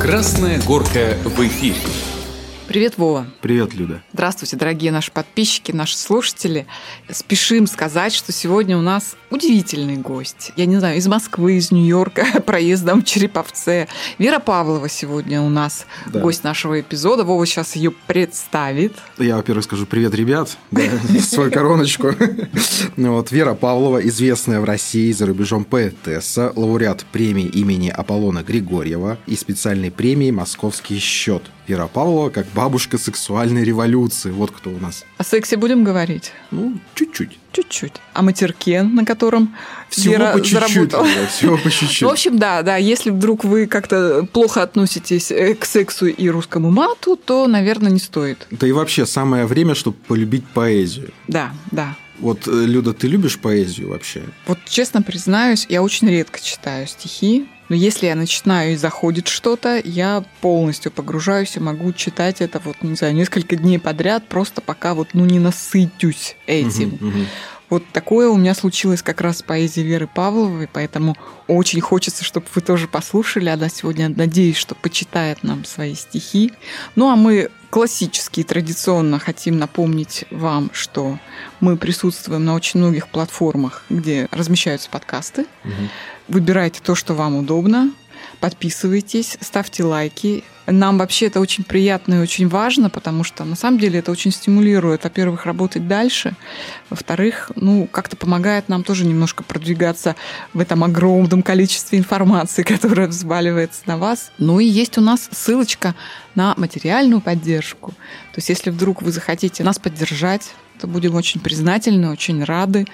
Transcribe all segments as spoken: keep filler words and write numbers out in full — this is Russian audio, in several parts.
Красная горка в эфире. Привет, Вова. Привет, Люда. Здравствуйте, дорогие наши подписчики, наши слушатели. Спешим сказать, что сегодня у нас удивительный гость. Я не знаю, из Москвы, из Нью-Йорка, проездом в Череповце. Вера Павлова сегодня у нас да. гость нашего эпизода. Вова сейчас ее представит. Я, во-первых, скажу привет, ребят, свою короночку. Вера Павлова, известная в России за рубежом поэтесса, лауреат премии имени Аполлона Григорьева и специальной премии «Московский счет». Вера Павлова как бабушка сексуальной революции. Вот кто у нас. О сексе будем говорить? Ну, чуть-чуть. Чуть-чуть. О матерке, на котором всего Вера по чуть-чуть, заработала. Да, всего по чуть-чуть. В общем, да, да. Если вдруг вы как-то плохо относитесь к сексу и русскому мату, то, наверное, не стоит. Да и вообще, самое время, чтобы полюбить поэзию. Да, да. Вот, Люда, ты любишь поэзию вообще? Вот честно признаюсь, я очень редко читаю стихи. Но если я начинаю и заходит что-то, я полностью погружаюсь и могу читать это вот, не знаю, несколько дней подряд, просто пока вот, ну, не насытюсь этим. Uh-huh, uh-huh. Вот такое у меня случилось как раз с поэзией Веры Павловой, поэтому очень хочется, чтобы вы тоже послушали. Она сегодня, надеюсь, что почитает нам свои стихи. Ну, а мы классически и традиционно хотим напомнить вам, что мы присутствуем на очень многих платформах, где размещаются подкасты. Угу. Выбирайте то, что вам удобно, подписывайтесь, ставьте лайки. Нам вообще это очень приятно и очень важно, потому что на самом деле это очень стимулирует, во-первых, работать дальше, во-вторых, ну, как-то помогает нам тоже немножко продвигаться в этом огромном количестве информации, которая взваливается на вас. Ну и есть у нас ссылочка на материальную поддержку. То есть если вдруг вы захотите нас поддержать, то будем очень признательны, очень рады.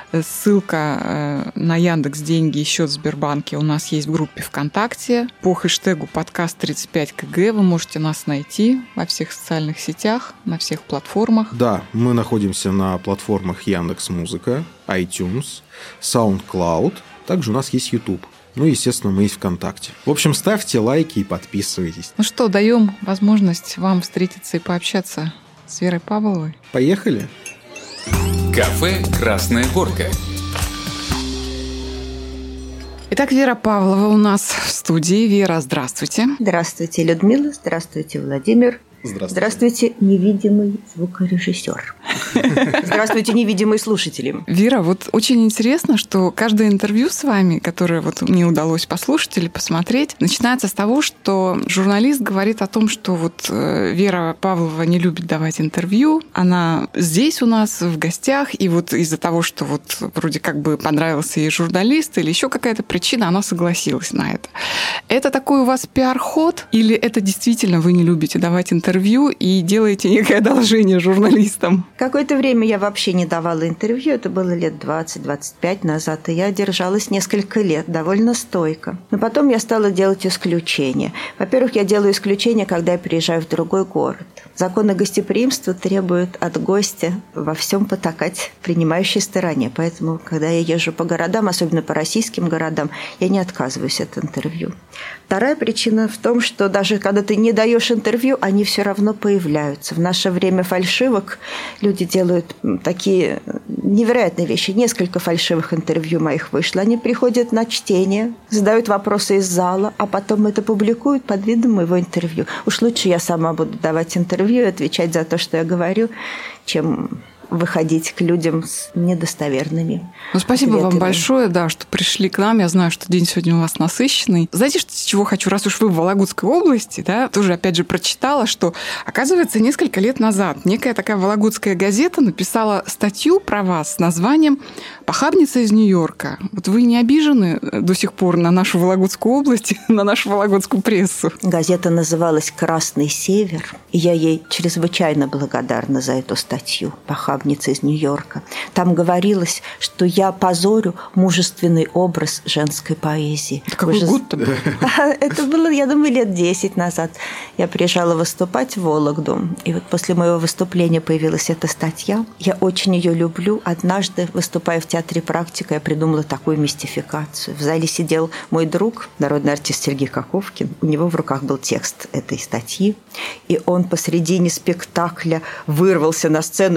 Ссылка на Яндекс.Деньги и счет в Сбербанке у нас есть в группе ВКонтакте. По хэштегу подкаст тридцать пять ка гэ вы можете нас найти во всех социальных сетях, на всех платформах. Да, мы находимся на платформах Яндекс.Музыка, iTunes, SoundCloud. Также у нас есть YouTube. Ну, естественно, мы есть ВКонтакте. В общем, ставьте лайки и подписывайтесь. Ну что, даем возможность вам встретиться и пообщаться с Верой Павловой. Поехали! Кафе «Красная горка». Итак, Вера Павлова у нас в студии. Вера, здравствуйте. Здравствуйте, Людмила. Здравствуйте, Владимир. Здравствуйте. Здравствуйте, невидимый звукорежиссер. Здравствуйте, невидимые слушатели. Вера, вот очень интересно, что каждое интервью с вами, которое вот мне удалось послушать или посмотреть, начинается с того, что журналист говорит о том, что вот Вера Павлова не любит давать интервью, она здесь у нас в гостях, и вот из-за того, что вот вроде как бы понравился ей журналист или еще какая-то причина, она согласилась на это. Это такой у вас пиар-ход или это действительно вы не любите давать интервью и делаете некое одолжение журналистам? Какое-то время я вообще не давала интервью, это было лет двадцать-двадцать пять назад, и я держалась несколько лет, довольно стойко. Но потом я стала делать исключения. Во-первых, я делаю исключения, когда я приезжаю в другой город. Законы гостеприимства требуют от гостя во всем потакать принимающей стороне. Поэтому, когда я езжу по городам, особенно по российским городам, я не отказываюсь от интервью. Вторая причина в том, что даже когда ты не даешь интервью, они все равно появляются. В наше время фальшивок люди делают такие невероятные вещи. Несколько фальшивых интервью моих вышло. Они приходят на чтение, задают вопросы из зала, а потом это публикуют под видом моего интервью. Уж лучше я сама буду давать интервью и отвечать за то, что я говорю, чем выходить к людям с недостоверными Ну, спасибо ответами. вам большое, да, что пришли к нам. Я знаю, что день сегодня у вас насыщенный. Знаете, с чего хочу? Раз уж вы в Вологодской области, да, тоже, опять же, прочитала, что, оказывается, несколько лет назад некая такая вологодская газета написала статью про вас с названием «Похабница из Нью-Йорка». Вот вы не обижены до сих пор на нашу Вологодскую область, на нашу вологодскую прессу? Газета называлась «Красный север», и я ей чрезвычайно благодарна за эту статью «Похабница из Нью-Йорка». Там говорилось, что я позорю мужественный образ женской поэзии. Это какой же... год-то был? Это было, я думаю, лет десять назад. Я приезжала выступать в Вологду, и вот после моего выступления появилась эта статья. Я очень ее люблю. Однажды, выступая в театре «Практика», я придумала такую мистификацию. В зале сидел мой друг, народный артист Сергей Коковкин. У него в руках был текст этой статьи, и он посредине спектакля вырвался на сцену и сказал: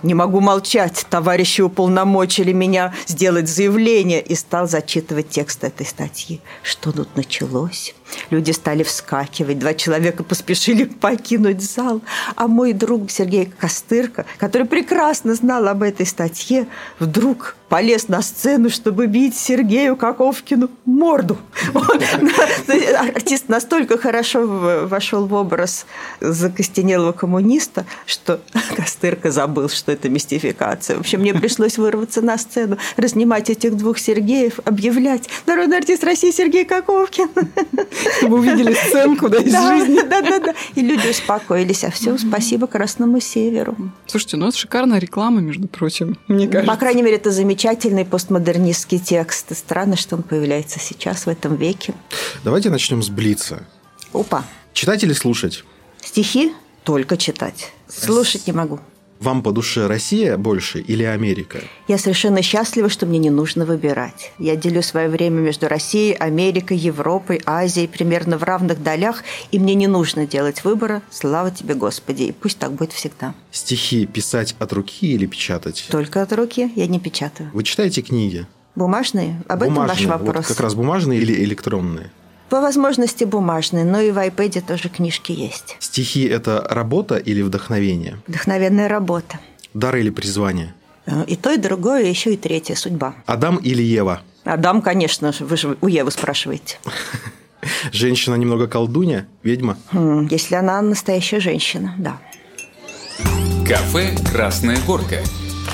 не могу молчать. Товарищи уполномочили меня сделать заявление. И стал зачитывать текст этой статьи. Что тут началось? Люди стали вскакивать, два человека поспешили покинуть зал. А мой друг Сергей Костырка, который прекрасно знал об этой статье, вдруг полез на сцену, чтобы бить Сергею Каковкину морду. Артист настолько хорошо вошел в образ закостенелого коммуниста, что Костырка забыл, что это мистификация. В общем, мне пришлось вырваться на сцену, разнимать этих двух Сергеев, объявлять: народный артист России Сергей Каковкин. Вы увидели сценку, да, из да, жизни. Да, да, да. И люди успокоились. А все спасибо Красному Северу. Слушайте, ну это шикарная реклама, между прочим, мне кажется. По крайней мере, это замечательный постмодернистский текст. И странно, что он появляется сейчас, в этом веке. Давайте начнем с блица. Опа. Читать или слушать? Стихи только читать. Слушать не могу. Вам по душе Россия больше или Америка? Я совершенно счастлива, что мне не нужно выбирать. Я делю свое время между Россией, Америкой, Европой, Азией примерно в равных долях, и мне не нужно делать выбора. Слава тебе, Господи, и пусть так будет всегда. Стихи писать от руки или печатать? Только от руки, я не печатаю. Вы читаете книги? Бумажные? Об бумажные. этом ваш вопрос. Вот как раз бумажные или электронные? По возможности бумажные, но и в iPad тоже книжки есть. Стихи – это работа или вдохновение? Вдохновенная работа. Дар или призвание? И то, и другое, и еще и третье – судьба. Адам или Ева? Адам, конечно, вы же у Евы спрашиваете. Женщина немного колдунья, ведьма? Если она настоящая женщина, да. Кафе «Красная горка».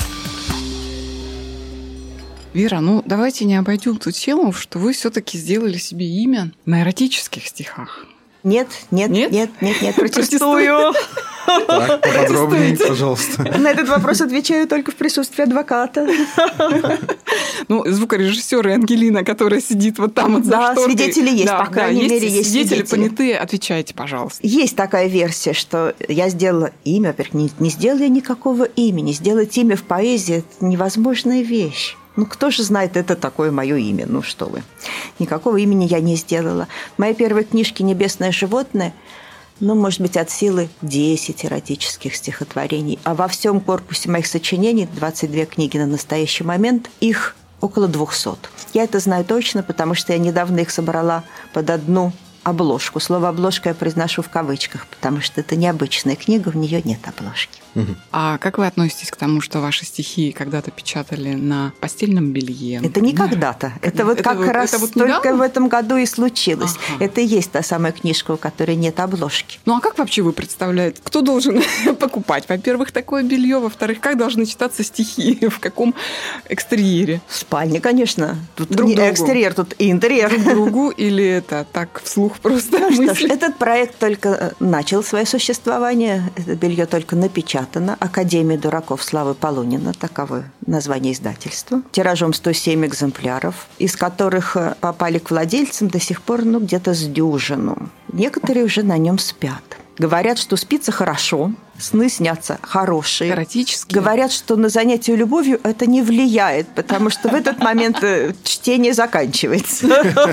Вера, ну давайте не обойдем ту тему, что вы все-таки сделали себе имя на эротических стихах. Нет, нет, нет, нет, нет, нет, протестую. Так, поподробнее, пожалуйста. На этот вопрос отвечаю только в присутствии адвоката. Ну, звукорежиссер и Ангелина, которая сидит вот там вот за да, шторкой. свидетели есть, да, по крайней да, мере, есть есть свидетели. свидетели. Понятые, отвечайте, пожалуйста. Есть такая версия, что я сделала имя, во-первых, не, не сделала я никакого имени. Сделать имя в поэзии – это невозможная вещь. Ну, кто же знает, это такое мое имя? Ну, что вы. Никакого имени я не сделала. В моей первой книжке «Небесное животное», ну, может быть, от силы десять эротических стихотворений. А во всем корпусе моих сочинений, двадцать две книги на настоящий момент, их около двухсот. Я это знаю точно, потому что я недавно их собрала под одну обложку. Слово «обложка» я произношу в кавычках, потому что это необычная книга, в нее нет обложки. А как вы относитесь к тому, что ваши стихи когда-то печатали на постельном белье? Это не когда-то. Это вот это как вот, раз это вот только недавно? в этом году и случилось. Ага. Это и есть та самая книжка, у которой нет обложки. Ну а как вообще вы представляете, кто должен покупать? Во-первых, такое белье, во-вторых, как должны читаться стихи, в каком экстерьере? В спальне, конечно. Тут Друг не другу. экстерьер, тут и интерьер. Друг другу или это так вслух просто Ну что ж, мысли? этот проект только начал свое существование. Это белье только напечатано. Академия дураков Славы Полунина, таково название издательства. Тиражом сто семь экземпляров, из которых попали к владельцам до сих пор ну, где-то с дюжину. Некоторые уже на нем спят. Говорят, что спится хорошо, сны снятся хорошие. Эротические. Говорят, что на занятие любовью это не влияет, потому что в этот момент чтение заканчивается.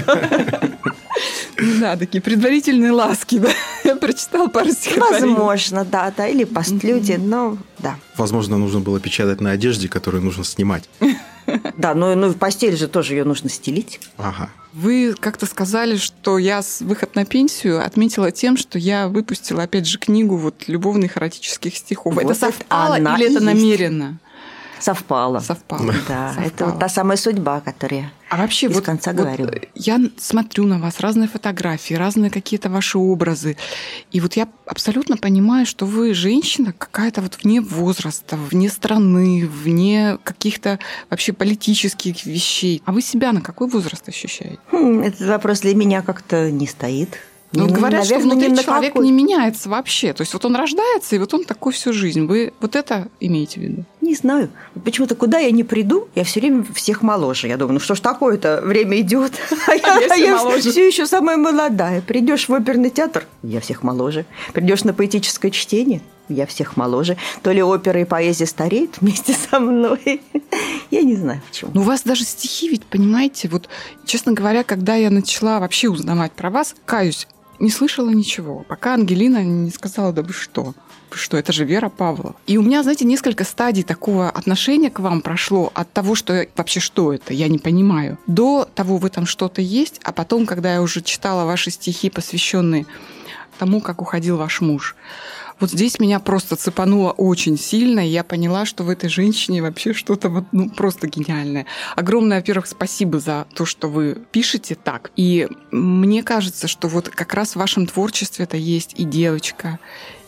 Да, такие предварительные ласки, да. Я прочитал пару стихотворений. Возможно, да, да, или постлюди, но да. Возможно, нужно было печатать на одежде, которую нужно снимать. Да, ну, ну в постель же тоже ее нужно стелить. Ага. Вы как-то сказали, что я с выход на пенсию отметила тем, что я выпустила, опять же, книгу вот любовных эротических стихов. Вот это это совпало она или и это есть. намеренно? Совпало. Совпало. Да, Совпало. это вот та самая судьба, которая А вообще, без вот, конца вот говорю. я смотрю на вас, разные фотографии, разные какие-то ваши образы, и вот я абсолютно понимаю, что вы женщина какая-то вот вне возраста, вне страны, вне каких-то вообще политических вещей. А вы себя на какой возраст ощущаете? Хм, этот вопрос для меня как-то не стоит. Ну, Не- говорят, что наверное, внутри ни на человек какой. не меняется вообще. То есть вот он рождается, и вот он такой всю жизнь. Вы вот это имеете в виду? Не знаю. Почему-то куда я не приду, я все время всех моложе. Я думаю, ну что ж такое-то, время идет, а я я, всё я моложе. все еще самая молодая. Придешь в оперный театр, я всех моложе. Придешь на поэтическое чтение, я всех моложе. То ли опера и поэзия стареют вместе со мной. Я не знаю почему. Ну, у вас даже стихи ведь, понимаете, вот, честно говоря, когда я начала вообще узнавать про вас, каюсь, не слышала ничего, пока Ангелина не сказала: да вы что? Вы что, это же Вера Павлова. И у меня, знаете, несколько стадий такого отношения к вам прошло от того, что вообще что это, я не понимаю, до того, в этом что-то есть, а потом, когда я уже читала ваши стихи, посвященные тому, как уходил ваш муж. Вот здесь меня просто цепануло очень сильно, и я поняла, что в этой женщине вообще что-то вот, ну, просто гениальное. Огромное, во-первых, спасибо за то, что вы пишете так. И мне кажется, что вот как раз в вашем творчестве это есть и девочка,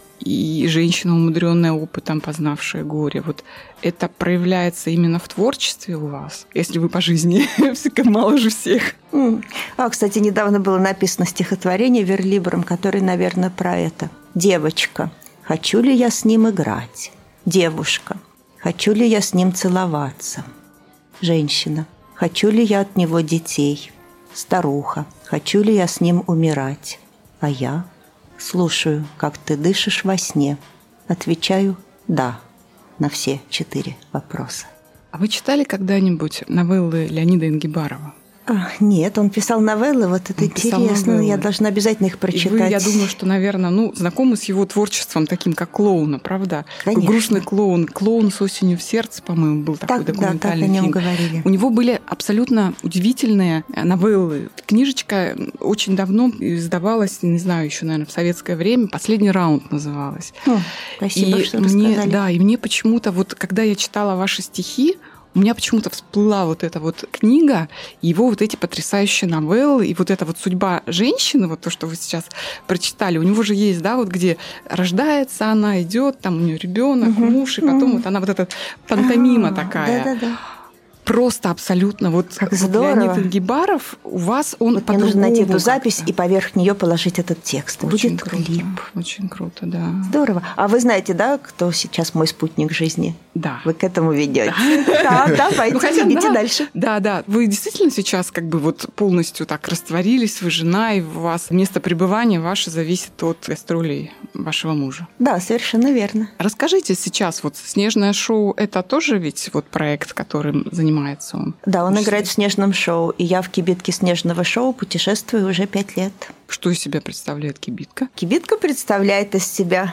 и женщина, умудренная опытом, познавшая горе. Вот это проявляется именно в творчестве у вас, если вы по жизни моложе всех. А, кстати, недавно было написано стихотворение Верлибром, которое, наверное, про это. Девочка, хочу ли я с ним играть? Девушка, хочу ли я с ним целоваться? Женщина, хочу ли я от него детей? Старуха, хочу ли я с ним умирать? А я слушаю, как ты дышишь во сне. Отвечаю «да» на все четыре вопроса. А вы читали когда-нибудь новеллы Леонида Ингибарова? А, нет, он писал новеллы, вот это Он писал интересно, новеллы. Я должна обязательно их прочитать. И вы, я думаю, что, наверное, ну, знакомы с его творчеством таким, как клоуна, правда? Конечно. Такой грустный клоун. «Клоун с осенью в сердце», по-моему, был такой Так, документальный да, так о нем фильм. говорили. У него были абсолютно удивительные новеллы. Книжечка очень давно издавалась, не знаю, еще, наверное, в советское время. «Последний раунд» называлась. О, спасибо, и что мне, рассказали. да, и мне почему-то, вот когда я читала ваши стихи, у меня почему-то всплыла вот эта вот книга, его вот эти потрясающие новеллы, и вот эта вот судьба женщины, вот то, что вы сейчас прочитали, у него же есть, да, вот где рождается она, идет, там у нее ребенок, Угу, муж, и потом угу. вот она вот эта пантомима А, такая. Да-да-да. Просто абсолютно. Вот, Как вот здорово. Леонид Ингибаров, у вас он Вот мне нужно найти эту по-другому запись как-то. и поверх нее положить этот текст. Очень Будет круто, клип. очень круто, да. Здорово. А вы знаете, да, кто сейчас мой спутник жизни? Да. Вы к этому ведете. Да, давайте, Ну, хотя, идите да, дальше. Да, да. Вы действительно сейчас как бы вот полностью так растворились, вы жена, и у вас место пребывания ваше зависит от гастролей вашего мужа. Да, совершенно верно. Расскажите сейчас, вот «Снежное шоу» — это тоже ведь вот проект, которым занимается он? Да, он Очень. играет в снежном шоу, и я в кибитке снежного шоу путешествую уже пять лет. Что из себя представляет кибитка? Кибитка представляет из себя,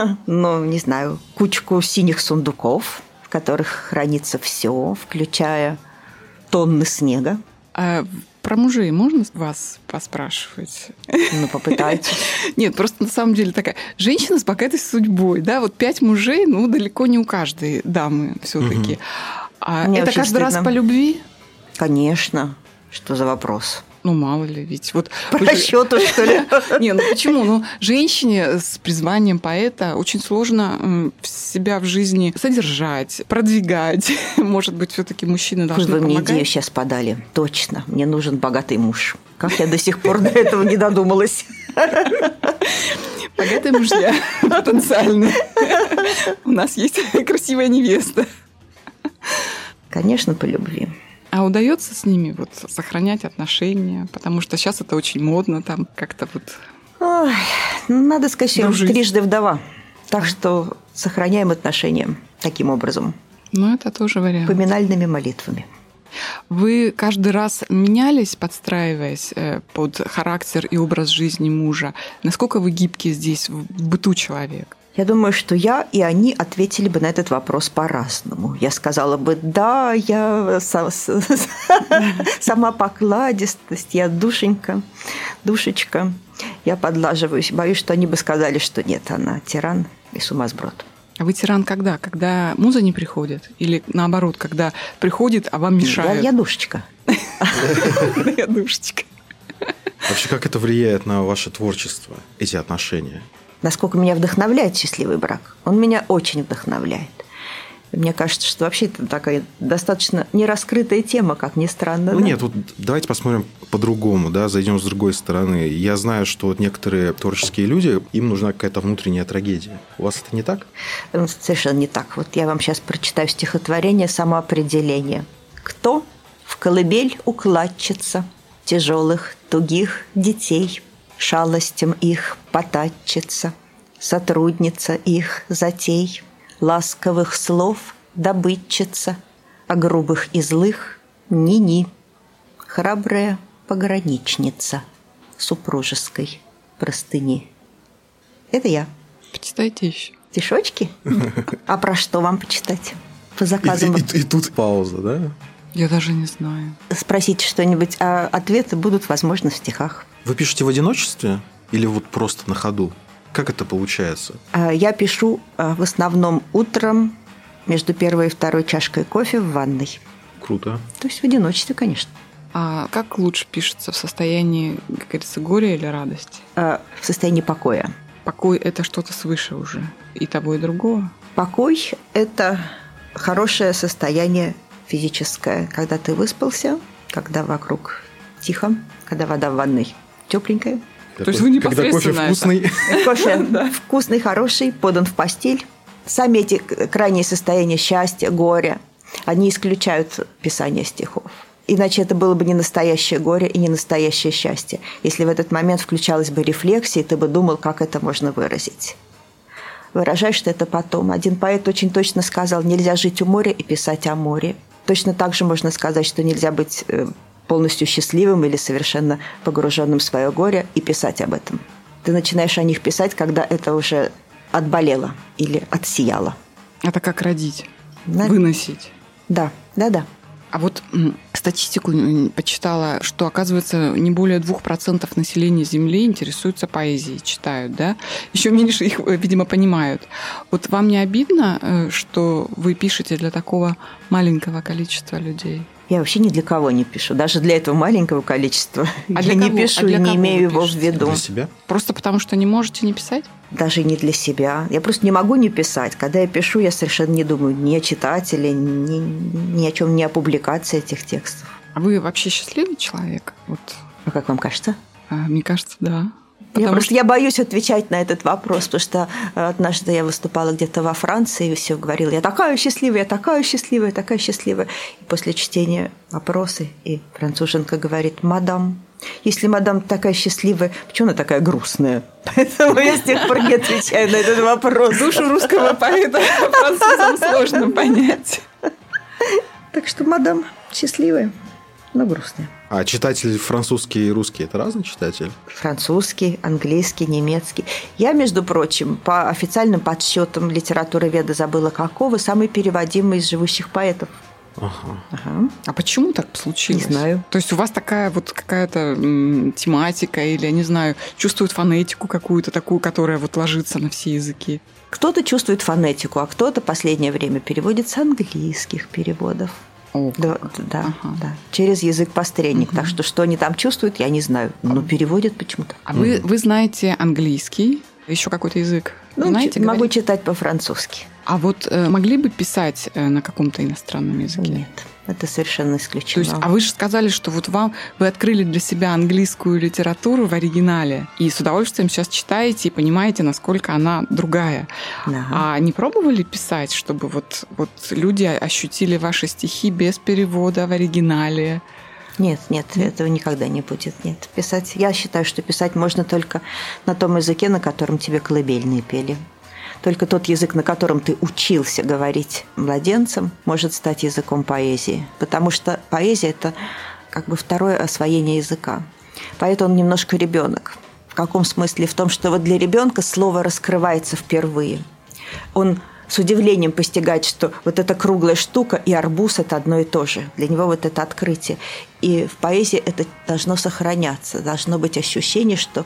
ну, не знаю, кучку синих сундуков, в которых хранится все, включая тонны снега. А про мужей можно вас поспрашивать? Ну, попытайтесь. Нет, просто на самом деле такая женщина с богатой судьбой, да, вот пять мужей, ну, далеко не у каждой дамы все-таки. Мгм. А Мне это очень каждый раз стыдно. по любви? Конечно. Что за вопрос? Ну, мало ли, ведь вот... По вы же- расчету, что ли? Не, ну почему? Ну, женщине с призванием поэта очень сложно м, себя в жизни содержать, продвигать. Может быть, все-таки мужчины Вы должны мне помогать? идею сейчас подали. Точно. Мне нужен богатый муж. Как я до сих пор до этого не додумалась. Богатые мужья потенциально. У нас есть красивая невеста. Конечно, по любви. А удается с ними вот сохранять отношения? Потому что сейчас это очень модно, там как-то вот... Ой, ну, надо сказать, что я Дружить. трижды вдова. Так что сохраняем отношения таким образом. Ну, это тоже вариант. Поминальными молитвами. Вы каждый раз менялись, подстраиваясь э, под характер и образ жизни мужа? Насколько вы гибкие здесь в быту человек? Я думаю, что я и они ответили бы на этот вопрос по-разному. Я сказала бы, да, я са- с- сама покладистость, я душенька, душечка, я подлаживаюсь. Боюсь, что они бы сказали, что нет, она тиран и сумасброд. А вы тиран когда? Когда муза не приходит? Или наоборот, когда приходит, а вам Я, мешают? я душечка. Я душечка. Вообще, как это влияет на ваше творчество, эти отношения? Насколько меня вдохновляет счастливый брак. Он меня очень вдохновляет. Мне кажется, что вообще это такая достаточно нераскрытая тема, как ни странно. Ну да? нет, вот давайте посмотрим по-другому, да, зайдем с другой стороны. Я знаю, что вот некоторые творческие люди, им нужна какая-то внутренняя трагедия. У вас это не так? Ну, совершенно не так. Вот я вам сейчас прочитаю стихотворение «Самоопределение». Кто в колыбель укладчица тяжелых, тугих детей, шалостям их потатчица, сотрудница их затей, ласковых слов добытчица, а грубых и злых ни-ни, храбрая пограничница супружеской простыни. Это я. Почитайте еще. Стишочки? А про что вам почитать? По заказам. И, и, и тут пауза, да? Я даже не знаю. Спросите что-нибудь, а ответы будут, возможно, в стихах. Вы пишете в одиночестве или вот просто на ходу? Как это получается? Я пишу в основном утром между первой и второй чашкой кофе в ванной. Круто. То есть в одиночестве, конечно. А как лучше пишется? В состоянии, как говорится, горя или радости? В состоянии покоя. Покой – это что-то свыше уже. И того, и другого? Покой – это хорошее состояние физическое, когда ты выспался, когда вокруг тихо, когда вода в ванной тепленькая. То есть вы непосредственно когда кофе вкусный. Кофе вкусный, хороший, подан в постель. Сами эти крайние состояния счастья, горя, они исключают писание стихов. Иначе это было бы не настоящее горе и не настоящее счастье. Если в этот момент включалась бы рефлексия, ты бы думал, как это можно выразить. Выражаешь ты это потом. Один поэт очень точно сказал, нельзя жить у моря и писать о море. Точно так же можно сказать, что нельзя быть полностью счастливым или совершенно погруженным в свое горе и писать об этом. Ты начинаешь о них писать, когда это уже отболело или отсияло. Это как родить, Да? выносить. Да, да, да. А вот статистику почитала, что, оказывается, не более двух процентов населения Земли интересуются поэзией, читают, да? Еще меньше их, видимо, понимают. Вот вам не обидно, что вы пишете для такого маленького количества людей? Я вообще ни для кого не пишу. Даже для этого маленького количества а я не пишу а и не имею его в виду. Для себя? Просто потому, что не можете не писать? Даже не для себя. Я просто не могу не писать. Когда я пишу, я совершенно не думаю ни о читателе, ни, ни о чем, ни о публикации этих текстов. А вы вообще счастливый человек? Вот. А как вам кажется? А, мне кажется, да. Я просто что... я боюсь отвечать на этот вопрос, потому что однажды я выступала где-то во Франции и все говорила, я такая счастливая, я такая счастливая, такая счастливая. И после чтения вопросы, и француженка говорит, мадам, если мадам такая счастливая, почему она такая грустная? Поэтому я с тех пор не отвечаю на этот вопрос. Душу русского поэта французам сложно понять. Так что мадам счастливая, но грустная. А читатель французский и русский – это разные читатели? Французский, английский, немецкий. Я, между прочим, по официальным подсчетам литературоведа забыла какого, самый переводимый из живущих поэтов. Ага. Ага. А почему так случилось? Не знаю. То есть у вас такая вот какая-то м, тематика или, я не знаю, чувствует фонетику какую-то такую, которая вот ложится на все языки? Кто-то чувствует фонетику, а кто-то в последнее время переводит с английских переводов. О, Да, да, ага. да, через язык посредник. Угу. Так что, что они там чувствуют, я не знаю. Но переводят почему-то. А угу. вы, вы знаете английский? Еще какой-то язык? Ну, знаете, ч- могу говорить? читать по-французски. А вот э, могли бы писать э, на каком-то иностранном языке? Нет, это совершенно исключено. То есть, а вы же сказали, что вот вам вы открыли для себя английскую литературу в оригинале и с удовольствием сейчас читаете и понимаете, насколько она другая. Да. А не пробовали писать, чтобы вот, вот люди ощутили ваши стихи без перевода в оригинале? Нет, нет, этого никогда не будет. Нет, писать. Я считаю, что писать можно только на том языке, на котором тебе колыбельные пели. Только тот язык, на котором ты учился говорить младенцем, может стать языком поэзии. Потому что поэзия – это как бы второе освоение языка. Поэтому он немножко ребенок. В каком смысле? В том, что вот для ребенка слово раскрывается впервые. Он с удивлением постигает, что вот эта круглая штука и арбуз – это одно и то же. Для него вот это открытие. И в поэзии это должно сохраняться. Должно быть ощущение, что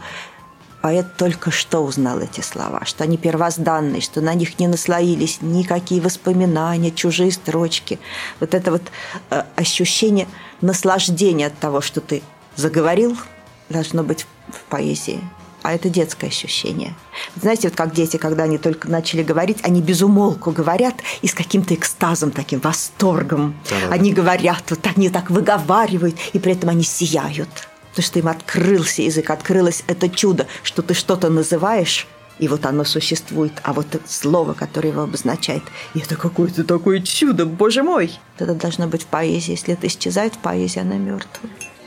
поэт только что узнал эти слова, что они первозданные, что на них не наслоились никакие воспоминания, чужие строчки. Вот это вот э, ощущение наслаждения от того, что ты заговорил, должно быть в поэзии. А это детское ощущение. Знаете, вот как дети, когда они только начали говорить, они безумолку говорят и с каким-то экстазом, таким восторгом. Да-да-да. Они говорят, вот они так выговаривают, и при этом они сияют. Потому что им открылся язык, открылось это чудо, что ты что-то называешь, и вот оно существует, а вот это слово, которое его обозначает, и это какое-то такое чудо, боже мой! Это должно быть в поэзии. Если это исчезает в поэзии, она мертва.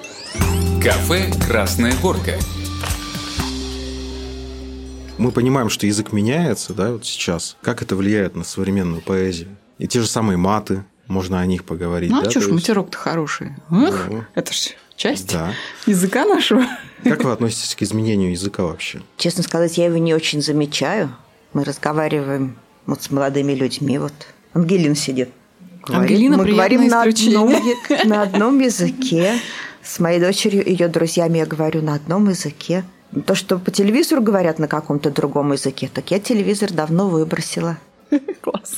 Кафе «Красная горка». Мы понимаем, что язык меняется, да, вот сейчас. Как это влияет на современную поэзию? И те же самые маты, можно о них поговорить. Ну, да? а что ж, есть... матерок-то хороший. Эх, ну, это ж часть Да. языка нашего. Как вы относитесь к изменению языка вообще? Честно сказать, я его не очень замечаю. Мы разговариваем вот с молодыми людьми. Вот Ангелина сидит. Говорит. Ангелина, Мы говорим на исключение. одном, на одном языке. С моей дочерью, ее друзьями я говорю на одном языке. То, что по телевизору говорят на каком-то другом языке, так я телевизор давно выбросила. Класс.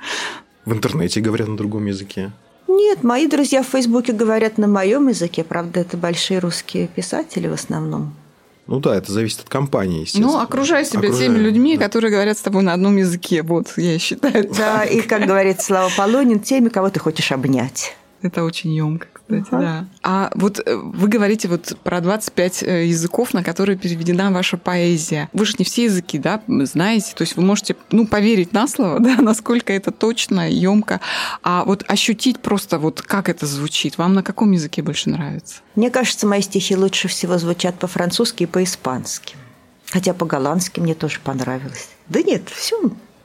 В интернете говорят на другом языке. Нет, мои друзья в Фейсбуке говорят на моем языке. Правда, это большие русские писатели в основном. Ну да, это зависит от компании, естественно. Ну, окружай себя Окружаю, теми людьми, да. которые говорят с тобой на одном языке. Вот, я считаю. Да, и, как говорит Слава Полонин, теми, кого ты хочешь обнять. Это очень емко, кстати, Ага. да. А вот э, вы говорите вот про двадцать пять э, языков, на которые переведена ваша поэзия. Вы же не все языки, да, знаете. То есть вы можете, ну, поверить на слово, да, насколько это точно, емко. А вот ощутить просто вот как это звучит. Вам на каком языке больше нравится? Мне кажется, мои стихи лучше всего звучат по-французски и по-испански. Хотя по-голландски мне тоже понравилось. Да нет, все,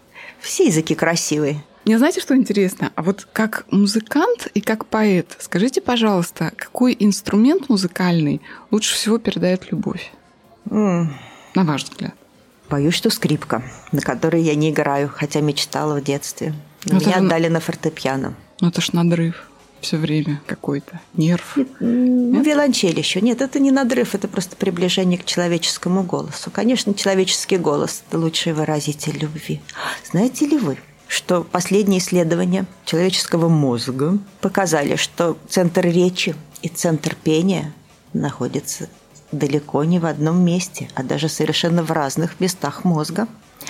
все языки красивые. Мне знаете, что интересно? А вот как музыкант и как поэт, скажите, пожалуйста, какой инструмент музыкальный лучше всего передает любовь, М, на ваш взгляд? Боюсь, что скрипка, на которой я не играю, хотя мечтала в детстве. Но Ну, это меня же- отдали на фортепиано. Ну, это ж надрыв все время какой-то, нерв. Ну, виолончель еще. Нет, это не надрыв, это просто приближение к человеческому голосу. Конечно, человеческий голос – это лучший выразитель любви. Знаете ли вы, что последние исследования человеческого мозга показали, что центр речи и центр пения находятся далеко не в одном месте, а даже совершенно в разных местах мозга.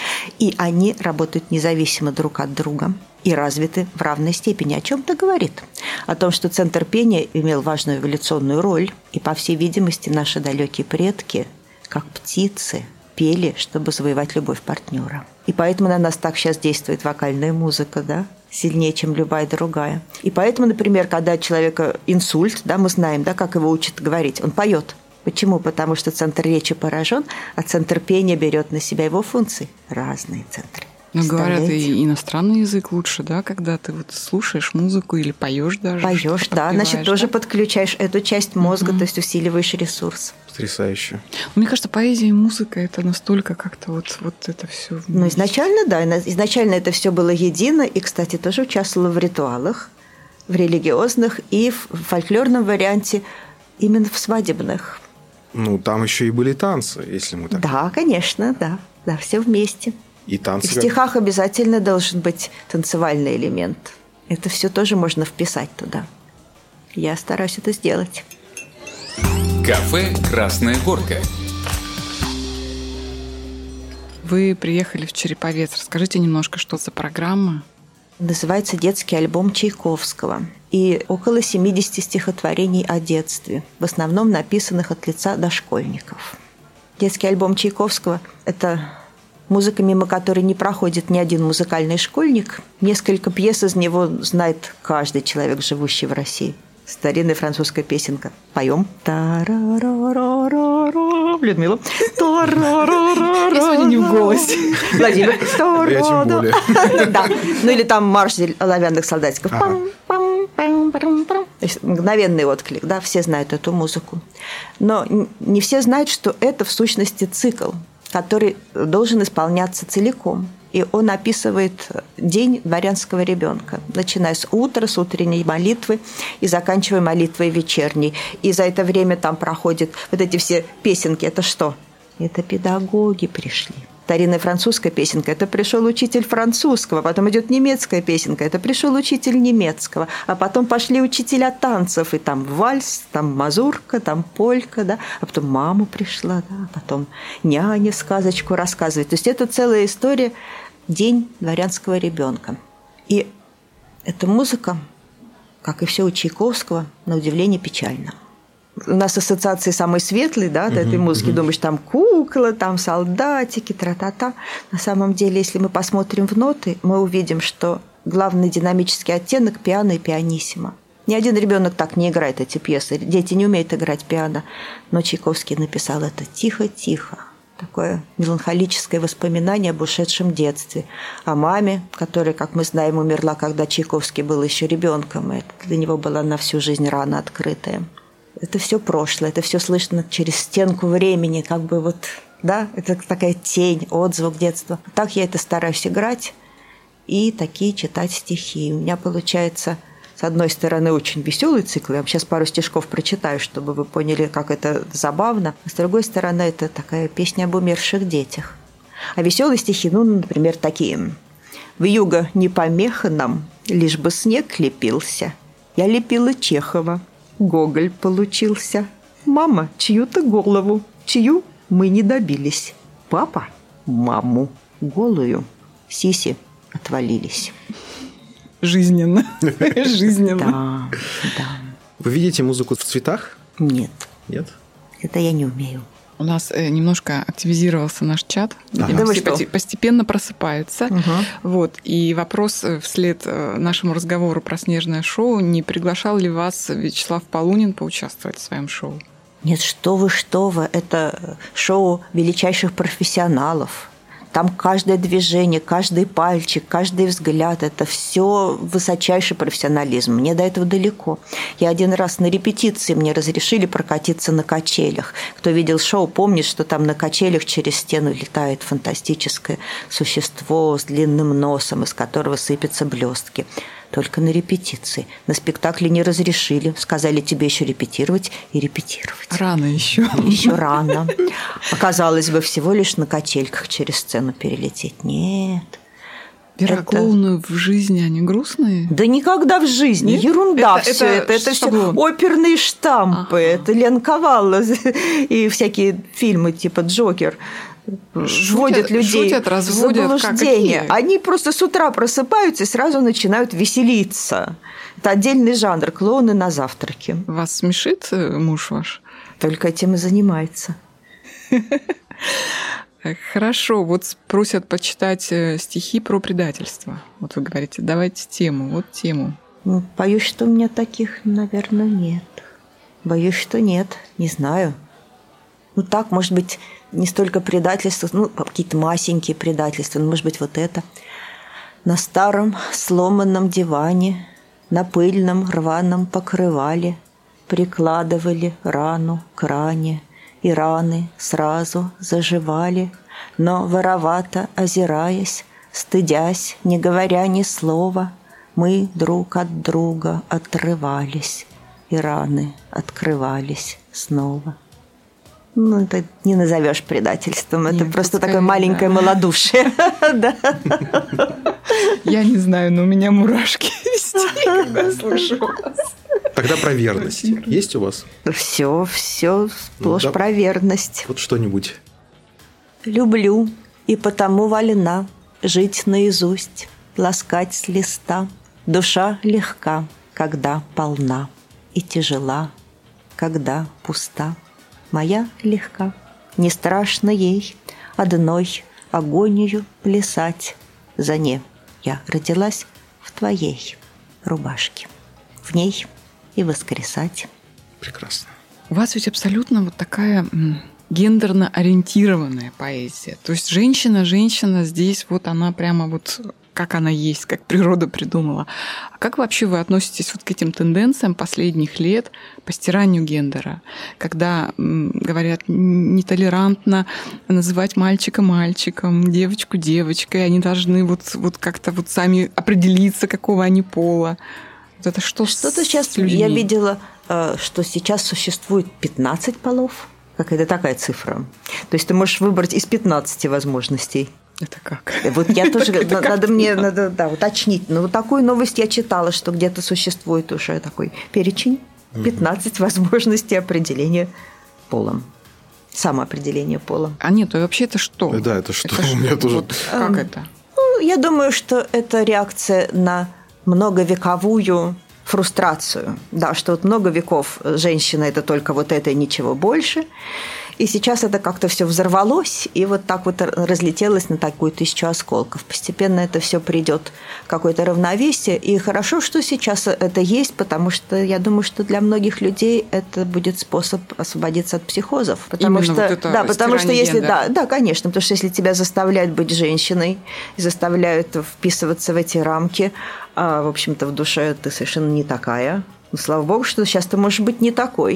И они работают независимо друг от друга и развиты в равной степени. О чем это говорит? О том, что центр пения имел важную эволюционную роль, и, по всей видимости, наши далекие предки, как птицы, пели, чтобы завоевать любовь партнера. И поэтому на нас так сейчас действует вокальная музыка, да? Сильнее, чем любая другая. И поэтому, например, когда у человека инсульт, да, мы знаем, да, как его учат говорить, он поет. Почему? Потому что центр речи поражен, а центр пения берет на себя его функции. Разные центры. Ну, говорят, Представляете? и иностранный язык лучше, да, когда ты вот слушаешь музыку или поешь даже. Поешь, что-то да, значит, подпеваешь, тоже да? подключаешь эту часть мозга, Мгм. то есть усиливаешь ресурс. Потрясающе. Мне кажется, поэзия и музыка это настолько как-то вот, вот это все. Ну, изначально, да, изначально это все было едино, и, кстати, тоже участвовала в ритуалах, в религиозных и в фольклорном варианте, именно в свадебных. Ну, там еще и были танцы, если мы так... Да, конечно, да, да, все вместе. И И танцы... в как- стихах обязательно должен быть танцевальный элемент. Это все тоже можно вписать туда. Я стараюсь это сделать. Кафе «Красная горка». Вы приехали в Череповец. Расскажите немножко, что за программа. Называется «Детский альбом Чайковского». И около семидесяти стихотворений о детстве, в основном написанных от лица дошкольников. Детский альбом Чайковского – это музыка, мимо которой не проходит ни один музыкальный школьник. Несколько пьес из него знает каждый человек, живущий в России. Старинная французская песенка. Поем. Та-ра-ра-ра-ра. Людмила. Та-ра-ра-ра-ра. Я сегодня не в голосе. Владимир. Я тем более. Да. Ну или там марш оловянных солдатиков. Ага. Пам, пам, пам, пам, пам. То есть мгновенный отклик, да, все знают эту музыку. Но н- не все знают, что это в сущности цикл, который должен исполняться целиком. И он описывает день дворянского ребенка, начиная с утра, с утренней молитвы и заканчивая молитвой вечерней. И за это время там проходят вот эти все песенки. Это что? Это педагоги пришли. Старинная французская песенка – это пришел учитель французского, потом идет немецкая песенка – это пришел учитель немецкого, а потом пошли учителя танцев, и там вальс, там мазурка, там полька, да, а потом мама пришла, да, а потом няня сказочку рассказывает. То есть это целая история «День дворянского ребенка». И эта музыка, как и все у Чайковского, на удивление печальна. У нас ассоциации самой светлой, да, от этой музыки. Думаешь, там кукла, там солдатики, тра-та-та. На самом деле, если мы посмотрим в ноты, мы увидим, что главный динамический оттенок – пиано и пианиссимо. Ни один ребенок так не играет эти пьесы. Дети не умеют играть пиано. Но Чайковский написал это тихо-тихо. Такое меланхолическое воспоминание об ушедшем детстве. О маме, которая, как мы знаем, умерла, когда Чайковский был еще ребенком. Это для него была на всю жизнь рана открытая. это все прошлое, это все слышно через стенку времени, как бы вот, да, это такая тень, отзвук детства. Так я это стараюсь играть и такие читать стихи. У меня получается, с одной стороны, очень веселый цикл. Я вам сейчас пару стишков прочитаю, чтобы вы поняли, как это забавно. А с другой стороны, это такая песня об умерших детях. А веселые стихи, ну, например, такие. «Вьюга не помеха нам, лишь бы снег лепился. Я лепила Чехова, Гоголь получился. Мама чью-то голову, чью мы не добились. Папа маму голую, сиси отвалились». Жизненно. Жизненно. Да, да. Вы видите музыку в цветах? Нет, Нет? это я не умею. У нас э, немножко активизировался наш чат. Ага. Видимо, Да вы все что? поти- постепенно просыпаются. Угу. Вот. И вопрос э, вслед э, нашему разговору про снежное шоу. Не приглашал ли вас Вячеслав Полунин поучаствовать в своем шоу? Нет, что вы, что вы, это шоу величайших профессионалов. Там каждое движение, каждый пальчик, каждый взгляд – это все высочайший профессионализм. Мне до этого далеко. Я один раз на репетиции мне разрешили прокатиться на качелях. Кто видел шоу, помнит, что там на качелях через стену летает фантастическое существо с длинным носом, из которого сыпятся блестки. Только на репетиции. На спектакле не разрешили. Сказали, тебе еще репетировать и репетировать. Рано еще. Еще рано. Оказалось бы, всего лишь на качельках через сцену перелететь. Нет. Пироклоуны в жизни, они грустные? Да никогда в жизни. Нет? Ерунда Это- все это это. Это все шаблон. оперные штампы. Ага. Это Лен Ковалла и всякие фильмы типа «Джокер». Вводят людей шутят, в разводят, как, заблуждение. какие? Они просто с утра просыпаются и сразу начинают веселиться. Это отдельный жанр. Клоуны на завтраке. Вас смешит э, муж ваш? Только этим и занимается. Э, Хорошо, вот просят почитать э, стихи про предательство. Вот вы говорите, давайте тему, вот тему. Ну, боюсь, что у меня таких, наверное, нет. Боюсь, что нет. Не знаю. Ну так, может быть, не столько предательства, ну, какие-то масенькие предательства, ну, может быть, вот это. На старом сломанном диване, на пыльном рваном покрывале прикладывали рану к ране, и раны сразу заживали, но воровато озираясь, стыдясь, не говоря ни слова, мы друг от друга отрывались, и раны открывались снова. Ну, это не назовешь предательством, это Нет, просто это такое скорее, маленькое да. малодушие. Да. Я не знаю, но у меня мурашки стих, когда слышу вас. Тогда про верность. Есть у вас? Все, все сплошь Ну, да. про верность. Вот что-нибудь. Люблю и потому вольна жить наизусть, ласкать с листа. Душа легка, когда полна, и тяжела, когда пуста. Моя легка, не страшно ей одной агонию плясать. За не я родилась в твоей рубашке, в ней и воскресать. Прекрасно. У вас ведь абсолютно вот такая м, гендерно ориентированная поэзия. То есть женщина, женщина здесь вот она прямо вот как она есть, как природа придумала. А как вообще вы относитесь вот к этим тенденциям последних лет по стиранию гендера, когда м, говорят нетолерантно называть мальчика мальчиком, девочку девочкой, они должны вот, вот как-то вот сами определиться, какого они пола. Вот это что Что-то с сейчас людьми? я видела, э, что сейчас существует пятнадцать полов. Какая-то такая цифра. То есть ты можешь выбрать из пятнадцати возможностей. Это как? Вот я тоже, Это на- как надо мне пятнадцать? надо, да, уточнить. Но вот такую новость я читала, что где-то существует уже такой перечень. пятнадцать возможностей определения полом. Самоопределение полом. А нет, а вообще это что? Да, это что? Это У меня тоже- вот как Эм, это? Ну, я думаю, что это реакция на многовековую фрустрацию. Да, что вот много веков женщина – это только вот это и ничего больше. И сейчас это как-то все взорвалось, и вот так вот разлетелось на такую тысячу осколков. Постепенно это все придет в какое-то равновесие. И хорошо, что сейчас это есть, потому что я думаю, что для многих людей это будет способ освободиться от психозов. Потому Именно что, вот это да, потому что стирание если, гендера. да, да, конечно, потому что если тебя заставляют быть женщиной, и заставляют вписываться в эти рамки, а, в общем-то, в душе ты совершенно не такая. Ну, слава богу, что сейчас ты можешь быть не такой.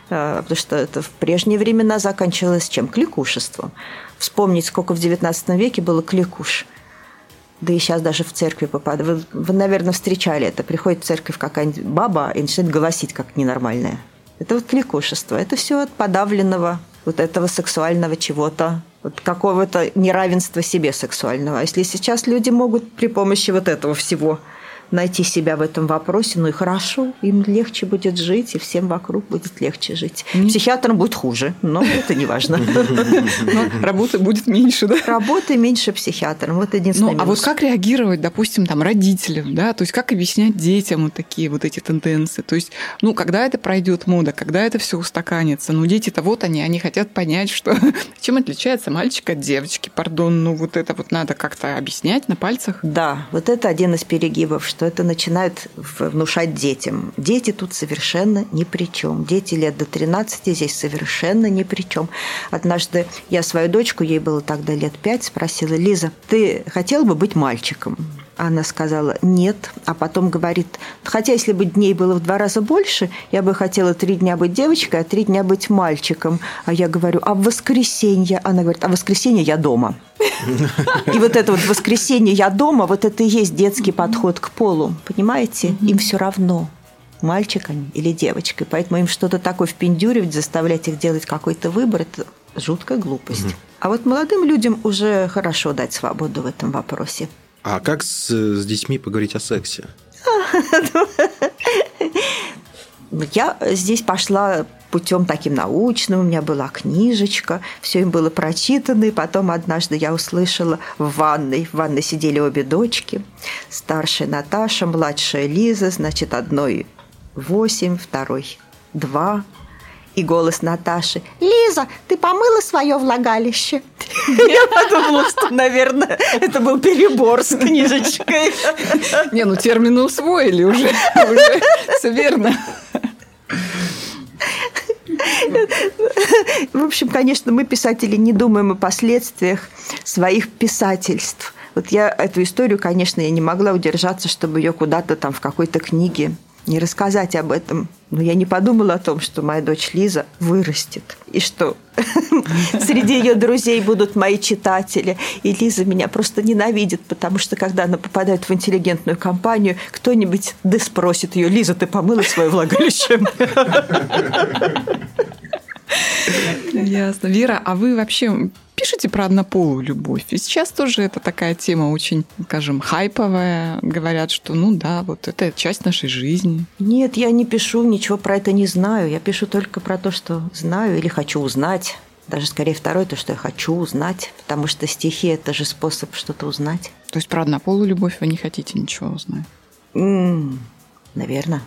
потому что это в прежние времена заканчивалось чем? Кликушеством. Вспомнить, сколько в девятнадцатом веке было кликуш. Да и сейчас даже в церкви попадают. Вы, вы, наверное, встречали это. Приходит в церковь какая-нибудь баба и начинает голосить, как ненормальная. Это вот кликушество. Это все от подавленного вот этого сексуального чего-то, вот какого-то неравенства себе сексуального. А если сейчас люди могут при помощи вот этого всего найти себя в этом вопросе, ну и хорошо, им легче будет жить, и всем вокруг будет легче жить. Психиатрам будет хуже, но это не важно. Работы будет меньше, да? Работы меньше психиатрам, вот единственный минус. А вот как реагировать, допустим, там, родителям, да, то есть как объяснять детям вот такие вот эти тенденции? То есть, ну, когда это пройдет мода, когда это все устаканится, ну, дети-то вот они, они хотят понять, что чем отличается мальчик от девочки, пардон, ну, вот это вот надо как-то объяснять на пальцах. Да, вот это один из перегибов, что это начинают внушать детям. Дети тут совершенно ни при чем. Дети лет до тринадцати здесь совершенно ни при чем. Однажды я свою дочку, ей было тогда лет пять, спросила: Лиза, ты хотела бы быть мальчиком? Она сказала нет, а потом говорит: хотя если бы дней было в два раза больше, я бы хотела три дня быть девочкой, а три дня быть мальчиком. А я говорю: а в воскресенье? Она говорит: а в воскресенье я дома. И вот это вот воскресенье я дома, вот это и есть детский подход к полу. Понимаете? Им все равно, мальчик они или девочка. Поэтому им что-то такое впендюривать, заставлять их делать какой-то выбор – это жуткая глупость. А вот молодым людям уже хорошо дать свободу в этом вопросе. А как с, с детьми поговорить о сексе? Я здесь пошла путем таким научным, у меня была книжечка, все им было прочитано, и потом однажды я услышала в ванной, в ванной сидели обе дочки, старшая Наташа, младшая Лиза, значит, одной восемь, второй два, и голос Наташи: «Лиза, ты помыла свое влагалище?» Я подумала, что, наверное, это был перебор с книжечкой. Не, ну термины усвоили уже, все верно. В общем, конечно, мы, писатели, не думаем о последствиях своих писательств. Вот я эту историю, конечно, я не могла удержаться, чтобы ее куда-то там в какой-то книге не рассказать об этом. Но я не подумала о том, что моя дочь Лиза вырастет, и что среди ее друзей будут мои читатели. И Лиза меня просто ненавидит, потому что, когда она попадает в интеллигентную компанию, кто-нибудь да спросит ее: «Лиза, ты помыла свое влагалище?» Ясно. Вера, а вы вообще пишете про однополую любовь? И сейчас тоже это такая тема очень, скажем, хайповая. Говорят, что ну да, вот это часть нашей жизни. Нет, я не пишу, ничего про это не знаю. Я пишу только про то, что знаю или хочу узнать. Даже скорее второе, то, что я хочу узнать. Потому что стихи – это же способ что-то узнать. То есть про однополую любовь вы не хотите ничего узнать? М-м, наверное.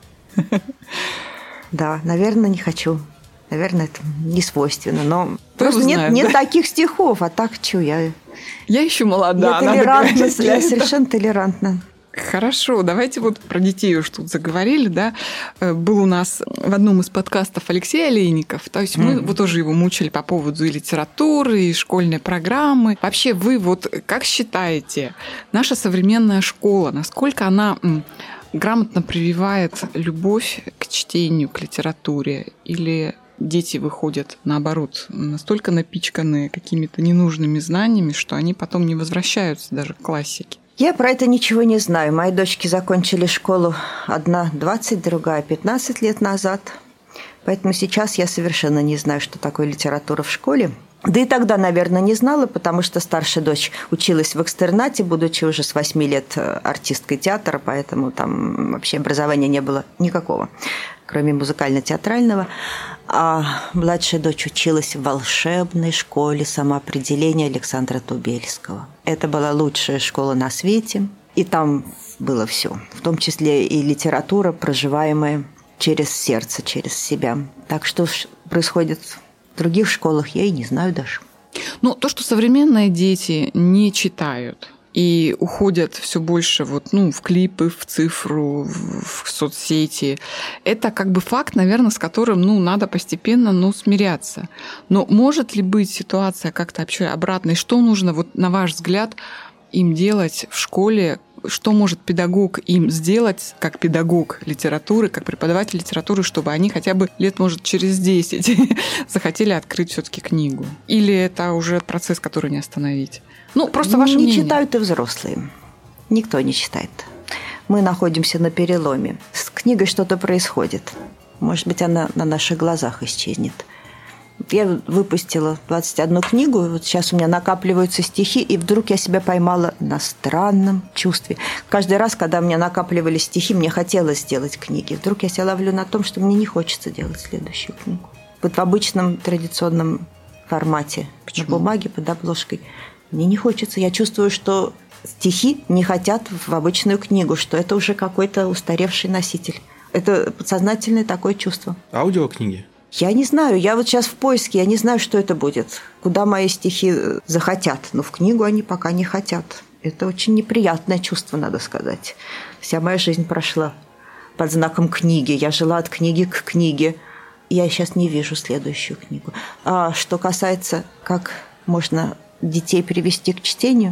Да, наверное, не хочу. Наверное, это не свойственно, но просто нет, нет таких стихов, а так что я... Я еще молода. Я толерантна, я совершенно толерантна. Хорошо, давайте вот про детей уж тут заговорили, да. Был у нас в одном из подкастов Алексей Олейников, то есть мы mm-hmm. вот тоже его мучили по поводу и литературы, и школьной программы. Вообще вы вот как считаете, наша современная школа, насколько она грамотно прививает любовь к чтению, к литературе, или дети выходят, наоборот, настолько напичканные какими-то ненужными знаниями, что они потом не возвращаются даже к классике? Я про это ничего не знаю. Мои дочки закончили школу одна двадцать, другая пятнадцать лет назад. Поэтому сейчас я совершенно не знаю, что такое литература в школе. Да и тогда, наверное, не знала, потому что старшая дочь училась в экстернате, будучи уже с восьми лет артисткой театра, поэтому там вообще образования не было никакого, кроме музыкально-театрального. А младшая дочь училась в волшебной школе самоопределения Александра Тубельского. Это была лучшая школа на свете, и там было все, в том числе и литература, проживаемая через сердце, через себя. Так что происходит в других школах, я и не знаю даже. Ну, то, что современные дети не читают и уходят все больше вот, ну, в клипы, в цифру, в соцсети, это как бы факт, наверное, с которым ну, надо постепенно ну, смиряться. Но может ли быть ситуация как-то вообще обратной? Что нужно, вот, на ваш взгляд, им делать в школе, что может педагог им сделать, как педагог литературы, как преподаватель литературы, чтобы они хотя бы лет, может, через десять захотели открыть все-таки книгу? Или это уже процесс, который не остановить? Ну, просто ваше не мнение. Не читают и взрослые. Никто не читает. Мы находимся на переломе. С книгой что-то происходит. Может быть, она на наших глазах исчезнет. Я выпустила двадцать одну книгу, и вот сейчас у меня накапливаются стихи, и вдруг я себя поймала на странном чувстве. Каждый раз, когда у меня накапливались стихи, мне хотелось сделать книги. Вдруг я себя ловлю на том, что мне не хочется делать следующую книгу. Вот в обычном традиционном формате. Почему? На бумаге, под обложкой. Мне не хочется. Я чувствую, что стихи не хотят в обычную книгу, что это уже какой-то устаревший носитель. Это подсознательное такое чувство. Аудиокниги? Я не знаю, я вот сейчас в поиске, я не знаю, что это будет. Куда мои стихи захотят, но в книгу они пока не хотят. Это очень неприятное чувство, надо сказать. Вся моя жизнь прошла под знаком книги. Я жила от книги к книге. Я сейчас не вижу следующую книгу. А что касается, как можно детей привести к чтению,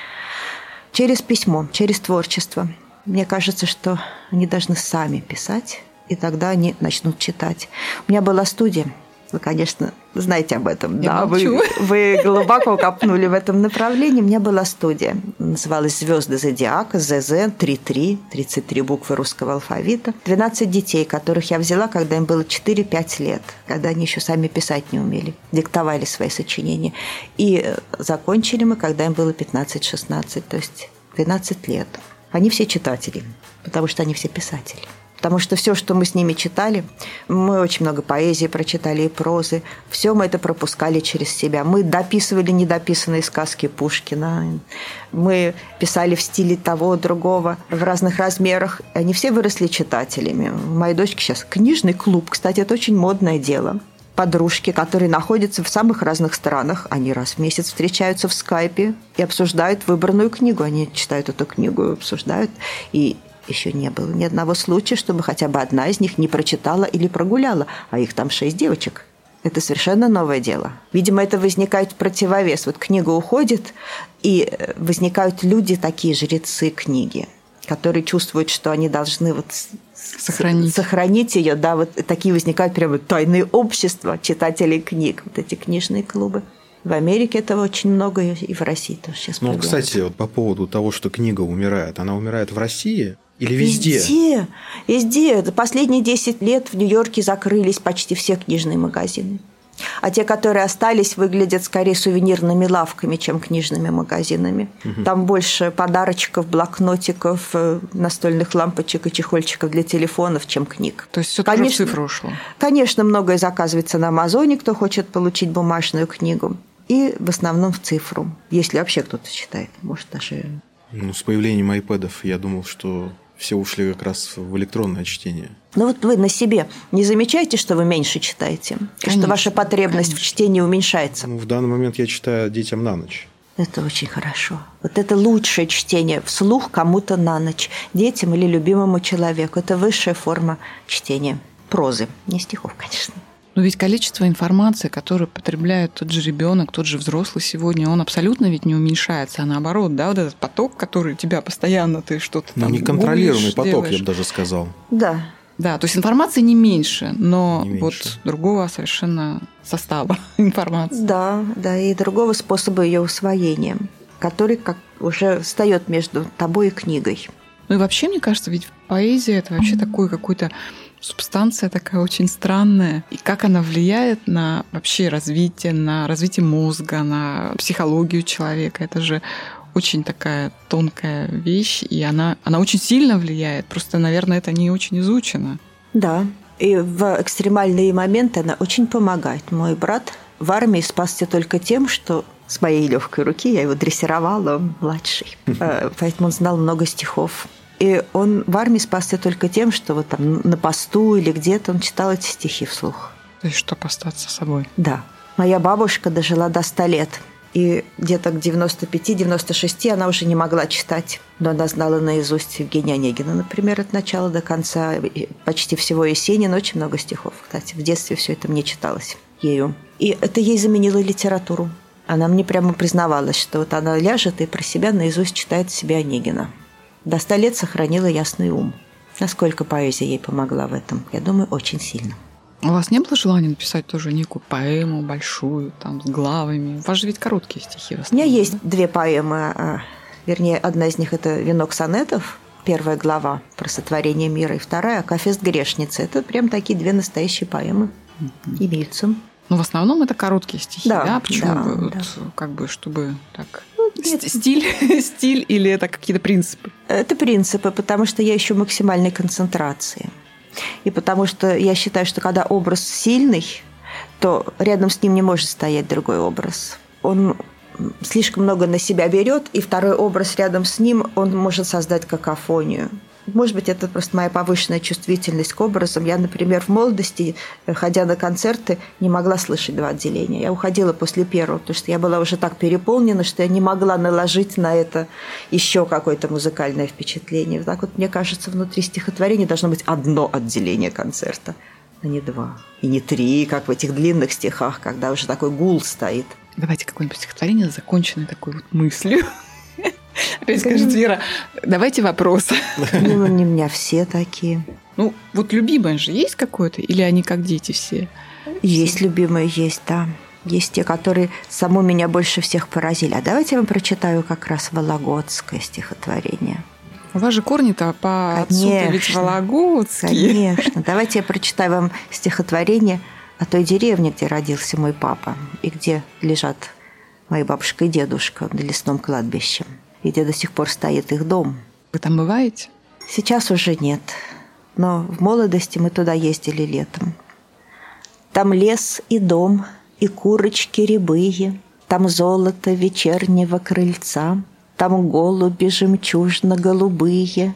через письмо, через творчество. Мне кажется, что они должны сами писать, и тогда они начнут читать. У меня была студия. Вы, конечно, знаете об этом. Я да, вы, вы глубоко копнули в этом направлении. У меня была студия. Называлась «Звезды зодиака», ЗЗ, три-три, тридцать три буквы русского алфавита. двенадцать детей, которых я взяла, когда им было четыре-пять лет, когда они еще сами писать не умели, диктовали свои сочинения. И закончили мы, когда им было пятнадцать-шестнадцать, то есть двенадцать лет. Они все читатели, потому что они все писатели. Потому что все, что мы с ними читали, мы очень много поэзии прочитали и прозы, все мы это пропускали через себя. Мы дописывали недописанные сказки Пушкина, мы писали в стиле того, другого, в разных размерах. Они все выросли читателями. У моей дочки сейчас книжный клуб, кстати, это очень модное дело. Подружки, которые находятся в самых разных странах, они раз в месяц встречаются в скайпе и обсуждают выбранную книгу. Они читают эту книгу, обсуждают, и еще не было ни одного случая, чтобы хотя бы одна из них не прочитала или прогуляла, а их там шесть девочек. Это совершенно новое дело. Видимо, это возникает противовес. Вот книга уходит, и возникают люди, такие жрецы книги, которые чувствуют, что они должны вот сохранить. сохранить ее. Да, вот такие возникают прямо тайные общества читателей книг, вот эти книжные клубы. В Америке этого очень много, и в России тоже сейчас Ну, появляется. кстати, вот по поводу того, что книга умирает, она умирает в России или везде? Везде. Везде. За последние десять лет в Нью-Йорке закрылись почти все книжные магазины. А те, которые остались, выглядят скорее сувенирными лавками, чем книжными магазинами. Угу. Там больше подарочков, блокнотиков, настольных лампочек и чехольчиков для телефонов, чем книг. То есть все тоже в цифру ушло? Конечно, многое заказывается на Амазоне, кто хочет получить бумажную книгу. И в основном в цифру. Если вообще кто-то читает. Может, даже... Ну, с появлением айпэдов я думал, что все ушли как раз в электронное чтение. Ну вот вы на себе не замечаете, что вы меньше читаете? Конечно, что ваша потребность конечно. в чтении уменьшается? Ну, в данный момент я читаю детям на ночь. Это очень хорошо. Вот это лучшее чтение вслух кому-то на ночь. Детям или любимому человеку. Это высшая форма чтения. Прозы, не стихов, конечно. Но ведь количество информации, которую потребляет тот же ребенок, тот же взрослый сегодня, он абсолютно ведь не уменьшается, а наоборот, да, вот этот поток, который тебя постоянно ты что-то там ну, неконтролируемый гуглишь, поток, делаешь. Я бы даже сказал. Да. Да, то есть информации не меньше, но не меньше. Вот другого совершенно состава информации. Да, да, и другого способа ее усвоения, который как уже встает между тобой и книгой. Ну и вообще, мне кажется, ведь поэзия – это вообще такой какой-то субстанция такая очень странная. И как она влияет на вообще развитие, на развитие мозга, на психологию человека. Это же очень такая тонкая вещь, и она, она очень сильно влияет. Просто, наверное, это не очень изучено. Да, и в экстремальные моменты она очень помогает. Мой брат в армии спасся только тем, что с моей легкой руки я его дрессировала, он младший. Поэтому он знал много стихов. И он в армии спасся только тем, что вот там на посту или где-то он читал эти стихи вслух. То есть, чтобы остаться собой. Да. Моя бабушка дожила до ста лет. И где-то к девяноста пяти - девяноста шести она уже не могла читать. Но она знала наизусть Евгения Онегина, например, от начала до конца. Почти всего Есенина, очень много стихов. Кстати, в детстве все это мне читалось ею. И это ей заменило литературу. Она мне прямо признавалась, что вот она ляжет и про себя наизусть читает себе Онегина. До ста лет сохранила ясный ум. Насколько поэзия ей помогла в этом? Я думаю, очень сильно. У вас не было желания написать тоже некую поэму большую, там, с главами? У вас же ведь короткие стихи в основном. У меня есть да? две поэмы. Вернее, одна из них – это «Венок сонетов», первая глава про сотворение мира, и вторая – «Акафист грешницы». Это прям такие две настоящие поэмы. Mm-hmm. Имеются. Ну, в основном это короткие стихи, да? Да, Почему? да, вот, да. Как бы, чтобы так... Нет. Стиль, стиль или это какие-то принципы? Это принципы, потому что я ищу максимальной концентрации. И потому что я считаю, что когда образ сильный, то рядом с ним не может стоять другой образ. Он слишком много на себя берет, и второй образ рядом с ним, он может создать какофонию. Может быть, это просто моя повышенная чувствительность к образам. Я, например, в молодости, ходя на концерты, не могла слышать два отделения. Я уходила после первого, потому что я была уже так переполнена, что я не могла наложить на это еще какое-то музыкальное впечатление. Так вот, мне кажется, внутри стихотворения должно быть одно отделение концерта, а не два. И не три, как в этих длинных стихах, когда уже такой гул стоит. Давайте какое-нибудь стихотворение, законченное такой вот мыслью. Опять скажет Вера, давайте вопрос. Ну, не у меня все такие. Ну, вот любимое же есть какое-то? Или они как дети все? Есть любимые, есть, да. Есть те, которые саму меня больше всех поразили. А давайте я вам прочитаю как раз вологодское стихотворение. У вас же корни-то по отцу-то ведь вологодские. Конечно. Давайте я прочитаю вам стихотворение о той деревне, где родился мой папа, и где лежат мои бабушка и дедушка на лесном кладбище, и где до сих пор стоит их дом. Вы там бываете? Сейчас уже нет, но в молодости мы туда ездили летом. Там лес и дом, и курочки рябые, там золото вечернего крыльца, там голуби жемчужно-голубые,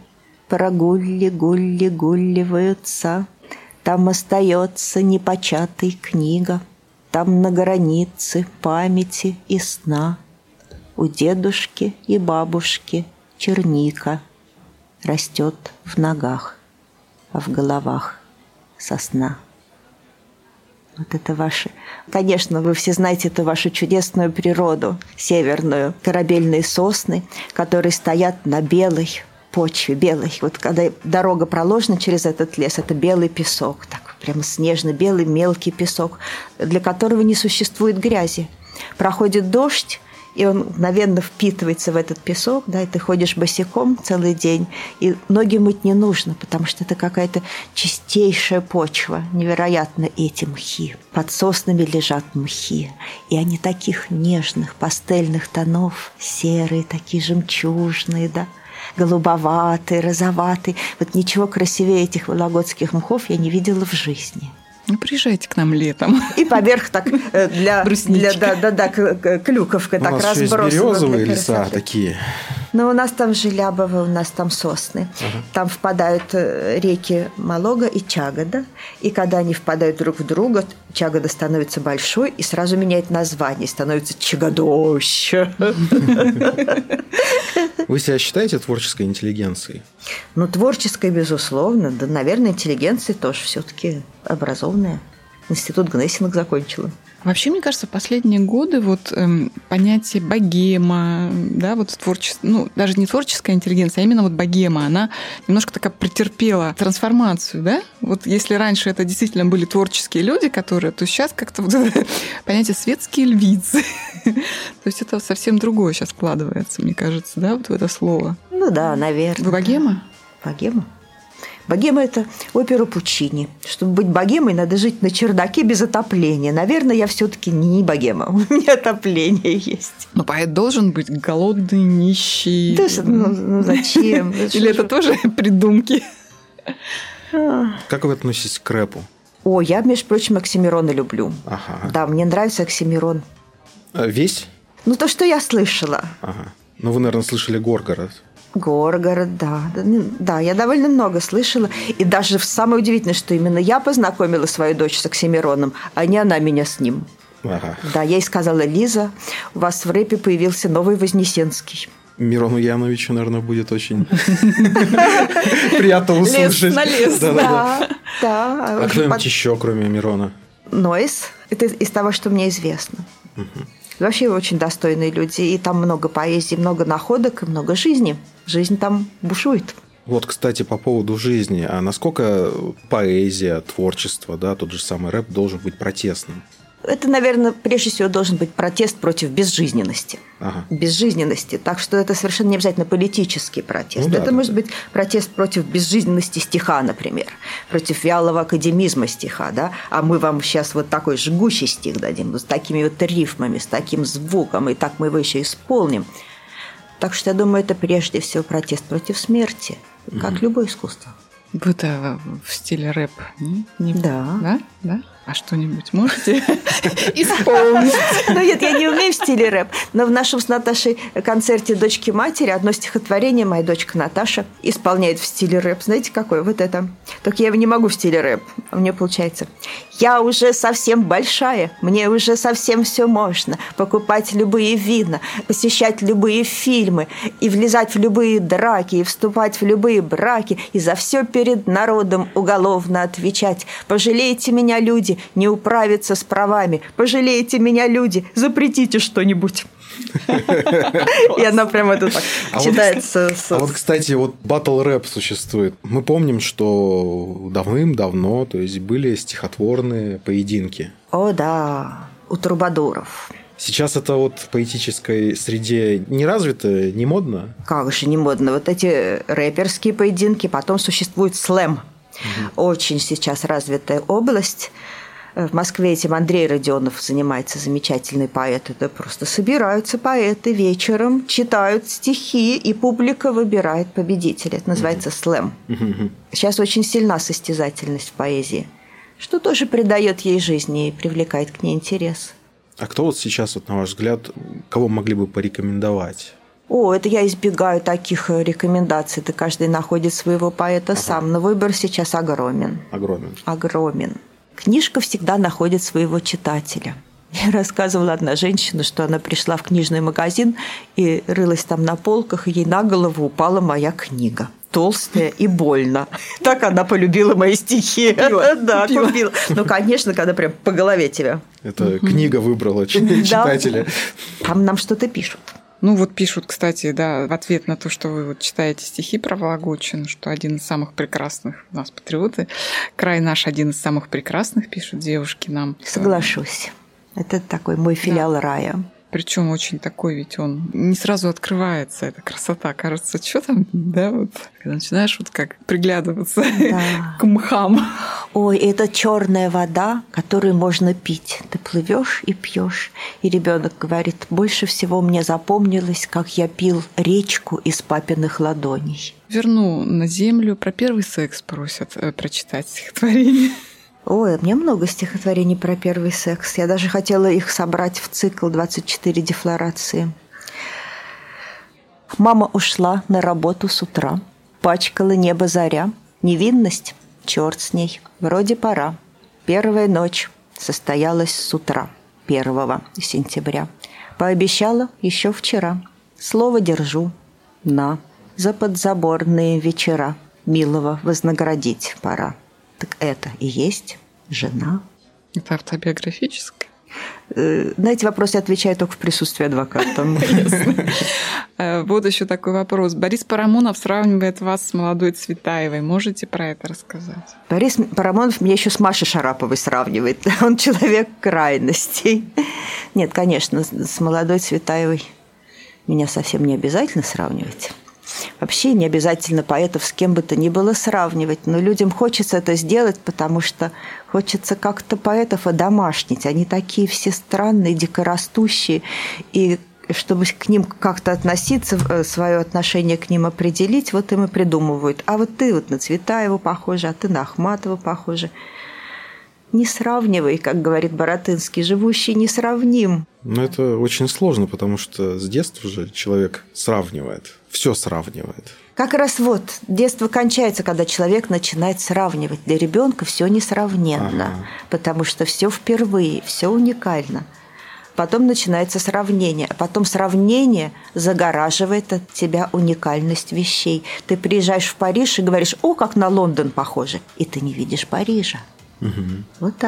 прогулли-гулли-гулливаются, там остается непочатой книга, там на границе памяти и сна у дедушки и бабушки черника растет в ногах, а в головах сосна. Вот это ваше... Конечно, вы все знаете эту вашу чудесную природу, северную, корабельные сосны, которые стоят на белой почве, белой. Вот когда дорога проложена через этот лес, это белый песок, так прямо снежно-белый мелкий песок, для которого не существует грязи. Проходит дождь, и он мгновенно впитывается в этот песок, да, и ты ходишь босиком целый день, и ноги мыть не нужно, потому что это какая-то чистейшая почва, невероятно эти мхи. Под соснами лежат мхи, и они таких нежных пастельных тонов, серые, такие жемчужные, да, голубоватые, розоватые. Вот ничего красивее этих вологодских мхов я не видела в жизни. Ну, приезжайте к нам летом. И поверх так для, для да, да, да, клюковка так разбросана. У нас березовые леса такие. Но у нас там желябовые, у нас там сосны. Ага. Там впадают реки Малога и Чагода. И когда они впадают друг в друга, Чагода становится большой и сразу меняет название, становится Чагодоща. Вы себя считаете творческой интеллигенцией? Ну, творческой, безусловно. Да, наверное, интеллигенция тоже все-таки образованная. Институт Гнессинг закончила. Вообще, мне кажется, в последние годы вот эм, понятие богема, да, вот творчество, ну, даже не творческая интеллигенция, а именно вот богема, она немножко такая претерпела трансформацию, да? Вот если раньше это действительно были творческие люди, которые, то сейчас как-то вот это понятие светские львицы. То есть это совсем другое сейчас складывается, мне кажется, да, вот в это слово. Ну да, наверное. Вы богема? Богема? Богема – это опера Пуччини. Чтобы быть богемой, надо жить на чердаке без отопления. Наверное, я все-таки не богема. У меня отопление есть. Но поэт должен быть голодный, нищий. Да, ну, ну зачем? Или это тоже придумки? Как вы относитесь к рэпу? О, я, между прочим, Оксимирона люблю. Ага. Да, мне нравится Оксимирон. Весь? Ну, то, что я слышала. Ага. Ну, вы, наверное, слышали «Горгород». Горгород, да. Да, я довольно много слышала. И даже самое удивительное, что именно я познакомила свою дочь с Оксимироном, а не она меня с ним. Ага. Да, я ей сказала: Лиза, у вас в рэпе появился новый Вознесенский. Мирону Яновичу, наверное, будет очень приятно услышать. Лес на лес. Да, да. А кто-нибудь еще, кроме Мирона? Нойз. Это из того, что мне известно. Вообще очень достойные люди. И там много поэзии, много находок и много жизни. Жизнь там бушует. Вот, кстати, по поводу жизни. А насколько поэзия, творчество, да, тот же самый рэп должен быть протестным? Это, наверное, прежде всего должен быть протест против безжизненности. Ага. Безжизненности. Так что это совершенно не обязательно политический протест. Ну, да, это да, может да. быть протест против безжизненности стиха, например. Против вялого академизма стиха. Да? А мы вам сейчас вот такой жгучий стих дадим, с такими вот рифмами, с таким звуком, и так мы его еще исполним. Так что я думаю, это прежде всего протест против смерти, как mm-hmm. любое искусство. Вы-то в стиле рэп, не? не да. Да? Да? А что-нибудь можете исполнить? Ну нет, я не умею в стиле рэп, но в нашем с Наташей концерте «Дочки матери» одно стихотворение моя дочка Наташа исполняет в стиле рэп. Знаете, какое? Вот это. Только я его не могу в стиле рэп. У меня получается: «Я уже совсем большая, мне уже совсем все можно. Покупать любые вина, посещать любые фильмы, и влезать в любые драки, и вступать в любые браки, и за все перед народом уголовно отвечать. Пожалейте меня, люди, не управиться с правами. Пожалейте меня, люди, запретите что-нибудь». И она прямо это так читается. А вот, кстати, вот батл рэп существует. Мы помним, что давным-давно, то есть, были стихотворные поединки. О, да, у трубадуров. Сейчас это вот в поэтической среде не развито, не модно? Как же не модно? Вот эти рэперские поединки, потом существует слэм. Угу. Очень сейчас развитая область. В Москве этим Андрей Родионов занимается, замечательный поэт. Это просто собираются поэты вечером, читают стихи, и публика выбирает победителя. Это называется слэм. Угу. Сейчас очень сильна состязательность в поэзии, что тоже придает ей жизни и привлекает к ней интерес. А кто вот сейчас, вот, на ваш взгляд, кого могли бы порекомендовать? О, это я избегаю таких рекомендаций. Это каждый находит своего поэта ага. сам. Но выбор сейчас огромен. Огромен. Огромен. Книжка всегда находит своего читателя. Я рассказывала одна женщина, что она пришла в книжный магазин и рылась там на полках, и ей на голову упала моя книга. Толстая и больно. Так она полюбила мои стихи. Да, купила. Ну, конечно, когда прям по голове тебя. Это книга выбрала читателя. Там нам что-то пишут. Ну, вот пишут, кстати, да, в ответ на то, что вы вот читаете стихи про Вологодчину, что один из самых прекрасных у нас патриоты. Край наш один из самых прекрасных, пишут девушки нам. Соглашусь. Это такой мой филиал да. рая. Причем очень такой, ведь он не сразу открывается, эта красота. Кажется, что там, да, вот, когда начинаешь вот как приглядываться да. к мхам. Ой, это черная вода, которую можно пить. Ты плывешь и пьешь. И ребенок говорит: больше всего мне запомнилось, как я пил речку из папиных ладоней. Верну на землю. Про первый секс просят э, прочитать стихотворение. Ой, мне много стихотворений про первый секс. Я даже хотела их собрать в цикл «двадцать четыре дефлорации». Мама ушла на работу с утра, пачкала небо заря. Невинность? Черт с ней, вроде пора. Первая ночь состоялась с утра, первого сентября. Пообещала еще вчера. Слово держу, на, за подзаборные вечера. Милого вознаградить пора. Так это и есть жена. Это автобиографическое? На эти вопросы я отвечаю только в присутствии адвоката. Вот еще такой вопрос. Борис Парамонов сравнивает вас с молодой Цветаевой. Можете про это рассказать? Борис Парамонов меня еще с Машей Шараповой сравнивает. Он человек крайностей. Нет, конечно, с молодой Цветаевой меня совсем не обязательно сравнивать. Вообще не обязательно поэтов с кем бы то ни было сравнивать, но людям хочется это сделать, потому что хочется как-то поэтов одомашнить. Они такие все странные, дикорастущие, и чтобы к ним как-то относиться, свое отношение к ним определить, вот им и придумывают. А вот ты вот на Цветаеву похожа, а ты на Ахматову похожа. Не сравнивай, как говорит Баратынский, живущий несравним. Ну, это очень сложно, потому что с детства же человек сравнивает, все сравнивает. Как раз вот детство кончается, когда человек начинает сравнивать. Для ребенка все несравненно, ага. потому что все впервые, все уникально. Потом начинается сравнение, а потом сравнение загораживает от тебя уникальность вещей. Ты приезжаешь в Париж и говоришь: о, как на Лондон похоже, и ты не видишь Парижа. Угу. Вот так.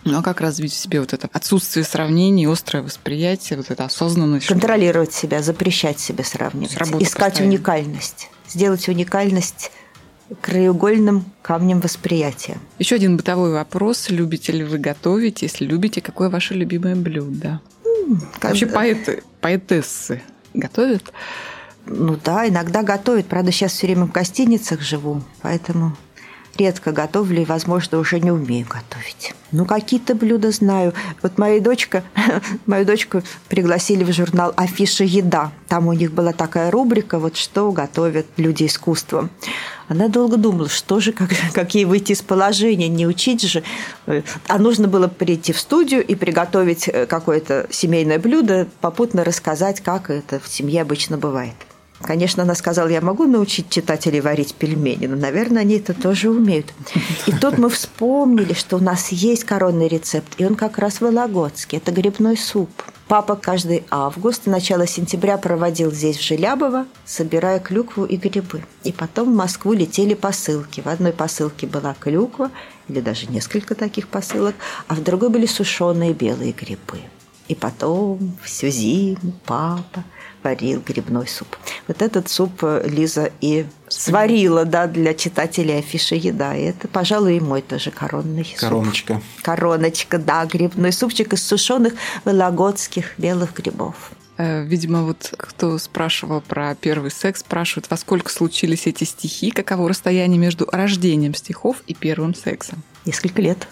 Ну, а как развить в себе вот это отсутствие сравнений, острое восприятие, вот эта осознанность? Контролировать себя, запрещать себе сравнивать. Искать постоянно. Уникальность. Сделать уникальность краеугольным камнем восприятия. Еще один бытовой вопрос. Любите ли вы готовить? Если любите, какое ваше любимое блюдо? Как... Вообще поэты, поэтессы готовят? Ну да, иногда готовят. Правда, сейчас все время в гостиницах живу, поэтому... редко готовлю и, возможно, уже не умею готовить. Ну, какие-то блюда знаю. Вот моя дочка, мою дочку пригласили в журнал «Афиша еда». Там у них была такая рубрика, вот что готовят люди искусства. Она долго думала, что же, как, как ей выйти из положения, не учить же. А нужно было прийти в студию и приготовить какое-то семейное блюдо, попутно рассказать, как это в семье обычно бывает. Конечно, она сказала, я могу научить читателей варить пельмени, но, наверное, они это тоже умеют. И тут мы вспомнили, что у нас есть коронный рецепт, и он как раз вологодский. Это грибной суп. Папа каждый август, начало сентября проводил здесь, в Желябово, собирая клюкву и грибы. И потом в Москву летели посылки. В одной посылке была клюква, или даже несколько таких посылок, а в другой были сушеные белые грибы. И потом всю зиму папа варил грибной суп. Вот этот суп Лиза и сварила, да, для читателей афиши еда. И это, пожалуй, и мой тоже коронный суп. Короночка. Короночка, да, грибной супчик из сушеных вологодских белых грибов. Видимо, вот кто спрашивал про первый секс, спрашивает, во сколько случились эти стихи, каково расстояние между рождением стихов и первым сексом? Несколько лет.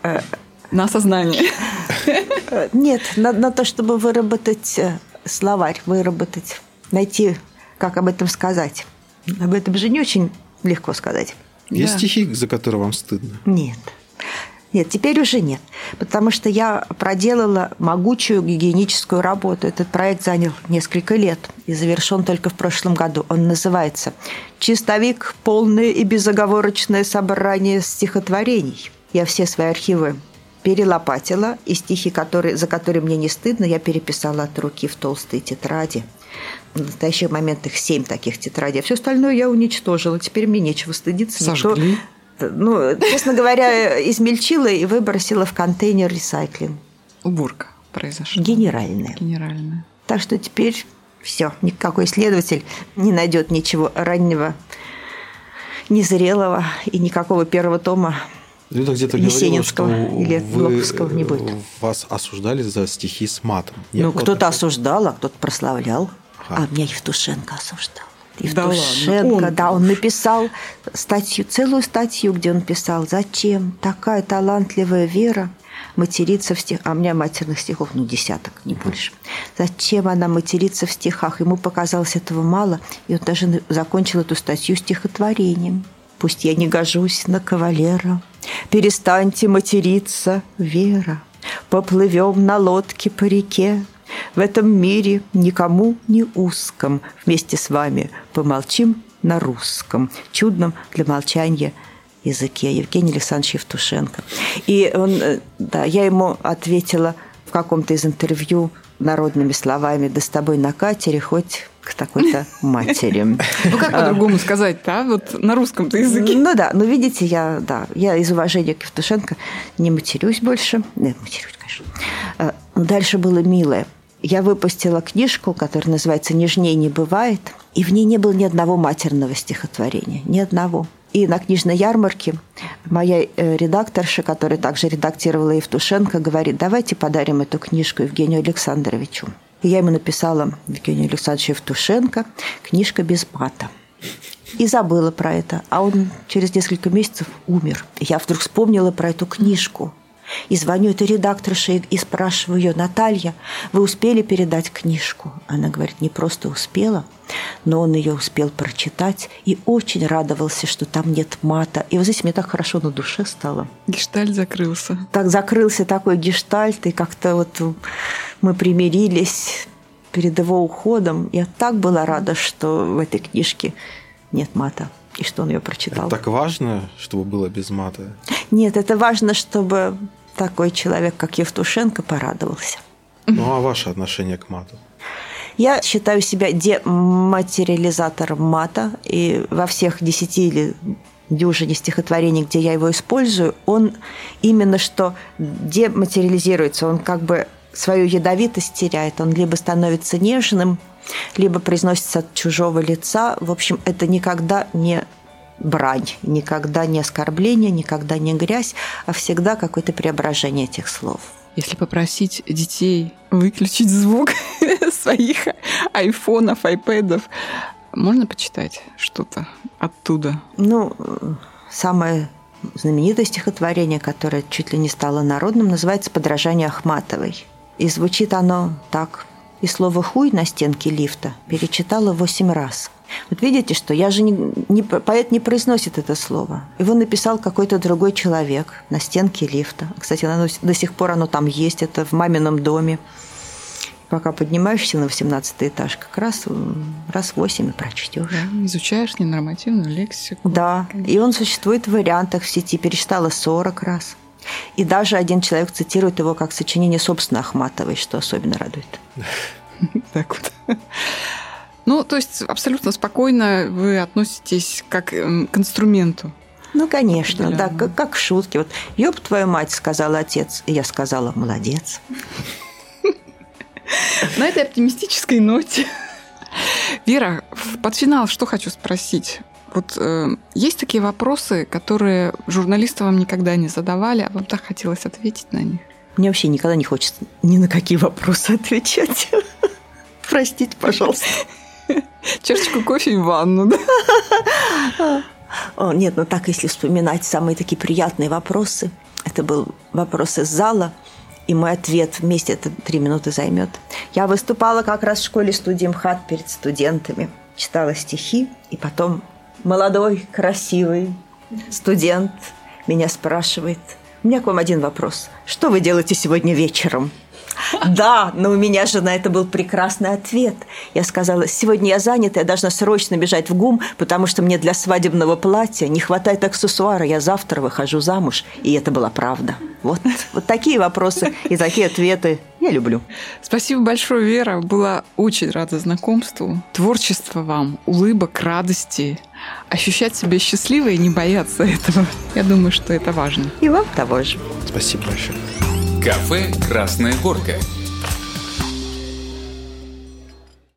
На осознание. Нет, на, на то, чтобы выработать словарь, выработать, найти, как об этом сказать. Об этом же не очень легко сказать. Есть да. стихи, за которые вам стыдно? Нет. Нет, теперь уже нет. Потому что я проделала могучую гигиеническую работу. Этот проект занял несколько лет и завершен только в прошлом году. Он называется «Чистовик. Полное и безоговорочное собрание стихотворений». Я все свои архивы перелопатила, и стихи, которые, за которые мне не стыдно, я переписала от руки в толстые тетради. В настоящий момент их семь таких тетрадей. А все остальное я уничтожила. Теперь мне нечего стыдиться. Сожгли? Никто, ну, честно говоря, измельчила и выбросила в контейнер ресайклинг. Уборка произошла. Генеральная. Генеральная. Так что теперь все. Никакой исследователь не найдет ничего раннего, незрелого и никакого первого тома Люда где-то Есенинского говорила, что или вы, Глуховского не будет. Вас осуждали за стихи с матом. Не ну, кто-то осуждал, а кто-то прославлял. Ага. А меня Евтушенко осуждал. Евтушенко, да, он... да, он написал статью, целую статью, где он писал, зачем такая талантливая Вера материться в стихах, а у меня матерных стихов, ну, десяток, не больше. Зачем она матерится в стихах? Ему показалось этого мало, и он даже закончил эту статью стихотворением. Пусть я не гожусь на кавалера, перестаньте материться, Вера, поплывем на лодке по реке, в этом мире никому не узком, вместе с вами помолчим на русском, чудном для молчания языке. Евгений Александрович Евтушенко. И он, да, я ему ответила в каком-то из интервью народными словами: да с тобой на катере хоть к такой-то матери. Ну, как по-другому сказать-то, а? Вот на русском-то языке. Ну да, ну видите, я, да, я из уважения к Евтушенко не матерюсь больше. Нет, матерюсь, конечно. Дальше было милое. Я выпустила книжку, которая называется «Нежней не бывает», и в ней не было ни одного матерного стихотворения, ни одного. И на книжной ярмарке моя редакторша, которая также редактировала Евтушенко, говорит: давайте подарим эту книжку Евгению Александровичу. И я ему написала: Евгению Александровичу Евтушенко, книжка без мата. И забыла про это. А он через несколько месяцев умер. И я вдруг вспомнила про эту книжку. И звоню этой редакторше и спрашиваю ее: Наталья, вы успели передать книжку? Она говорит: не просто успела, но он ее успел прочитать и очень радовался, что там нет мата. И вот здесь мне так хорошо на душе стало. Гештальт закрылся. Так закрылся такой гештальт, и как-то вот мы примирились перед его уходом. Я так была рада, что в этой книжке нет мата, и что он ее прочитал. Это так важно, чтобы было без мата? Нет, это важно, чтобы такой человек, как Евтушенко, порадовался. Ну, а ваше отношение к мату? Я считаю себя дематериализатором мата, и во всех десяти или дюжине стихотворений, где я его использую, он именно что дематериализируется, он как бы свою ядовитость теряет, он либо становится нежным, либо произносится от чужого лица. В общем, это никогда не брань, никогда не оскорбление, никогда не грязь, а всегда какое-то преображение этих слов. Если попросить детей выключить звук своих айфонов, айпэдов, можно почитать что-то оттуда? Ну, самое знаменитое стихотворение, которое чуть ли не стало народным, называется «Подражание Ахматовой». И звучит оно так. И слово «хуй» на стенке лифта перечитала восемь раз. Вот видите, что я же не, не, поэт не произносит это слово. Его написал какой-то другой человек на стенке лифта. Кстати, оно, до сих пор оно там есть, это в мамином доме. Пока поднимаешься на восемнадцатый этаж, как раз раз восемь и прочтешь. Да, изучаешь ненормативную лексику. Да, и он существует в вариантах в сети. Перечитала сорок раз. И даже один человек цитирует его как сочинение собственно Ахматовой, что особенно радует. Так вот. Ну, то есть абсолютно спокойно вы относитесь как к инструменту. Ну, конечно, да, как, как шутки. Вот, ёб твою мать, сказал отец, и я сказала, молодец. На этой оптимистической ноте. Вера, под финал что хочу спросить. Вот э, есть такие вопросы, которые журналисты вам никогда не задавали, а вам так хотелось ответить на них? Мне вообще никогда не хочется ни на какие вопросы отвечать. Простите, пожалуйста. Чашечку кофе и ванну, да? О, нет, ну так, если вспоминать самые такие приятные вопросы, это был вопрос из зала, и мой ответ вместе это три минуты займет. Я выступала как раз в школе-студии МХАТ перед студентами, читала стихи, и потом молодой, красивый студент меня спрашивает: у меня к вам один вопрос. Что вы делаете сегодня вечером? Да, но у меня же на это был прекрасный ответ. Я сказала: сегодня я занята, я должна срочно бежать в ГУМ, потому что мне для свадебного платья не хватает аксессуара, я завтра выхожу замуж. И это была правда. Вот, вот такие вопросы и такие ответы я люблю. Спасибо большое, Вера. Была очень рада знакомству. Творчества вам, улыбок, радости. Ощущать себя счастливой и не бояться этого. Я думаю, что это важно. И вам того же. Спасибо большое. Кафе «Красная горка».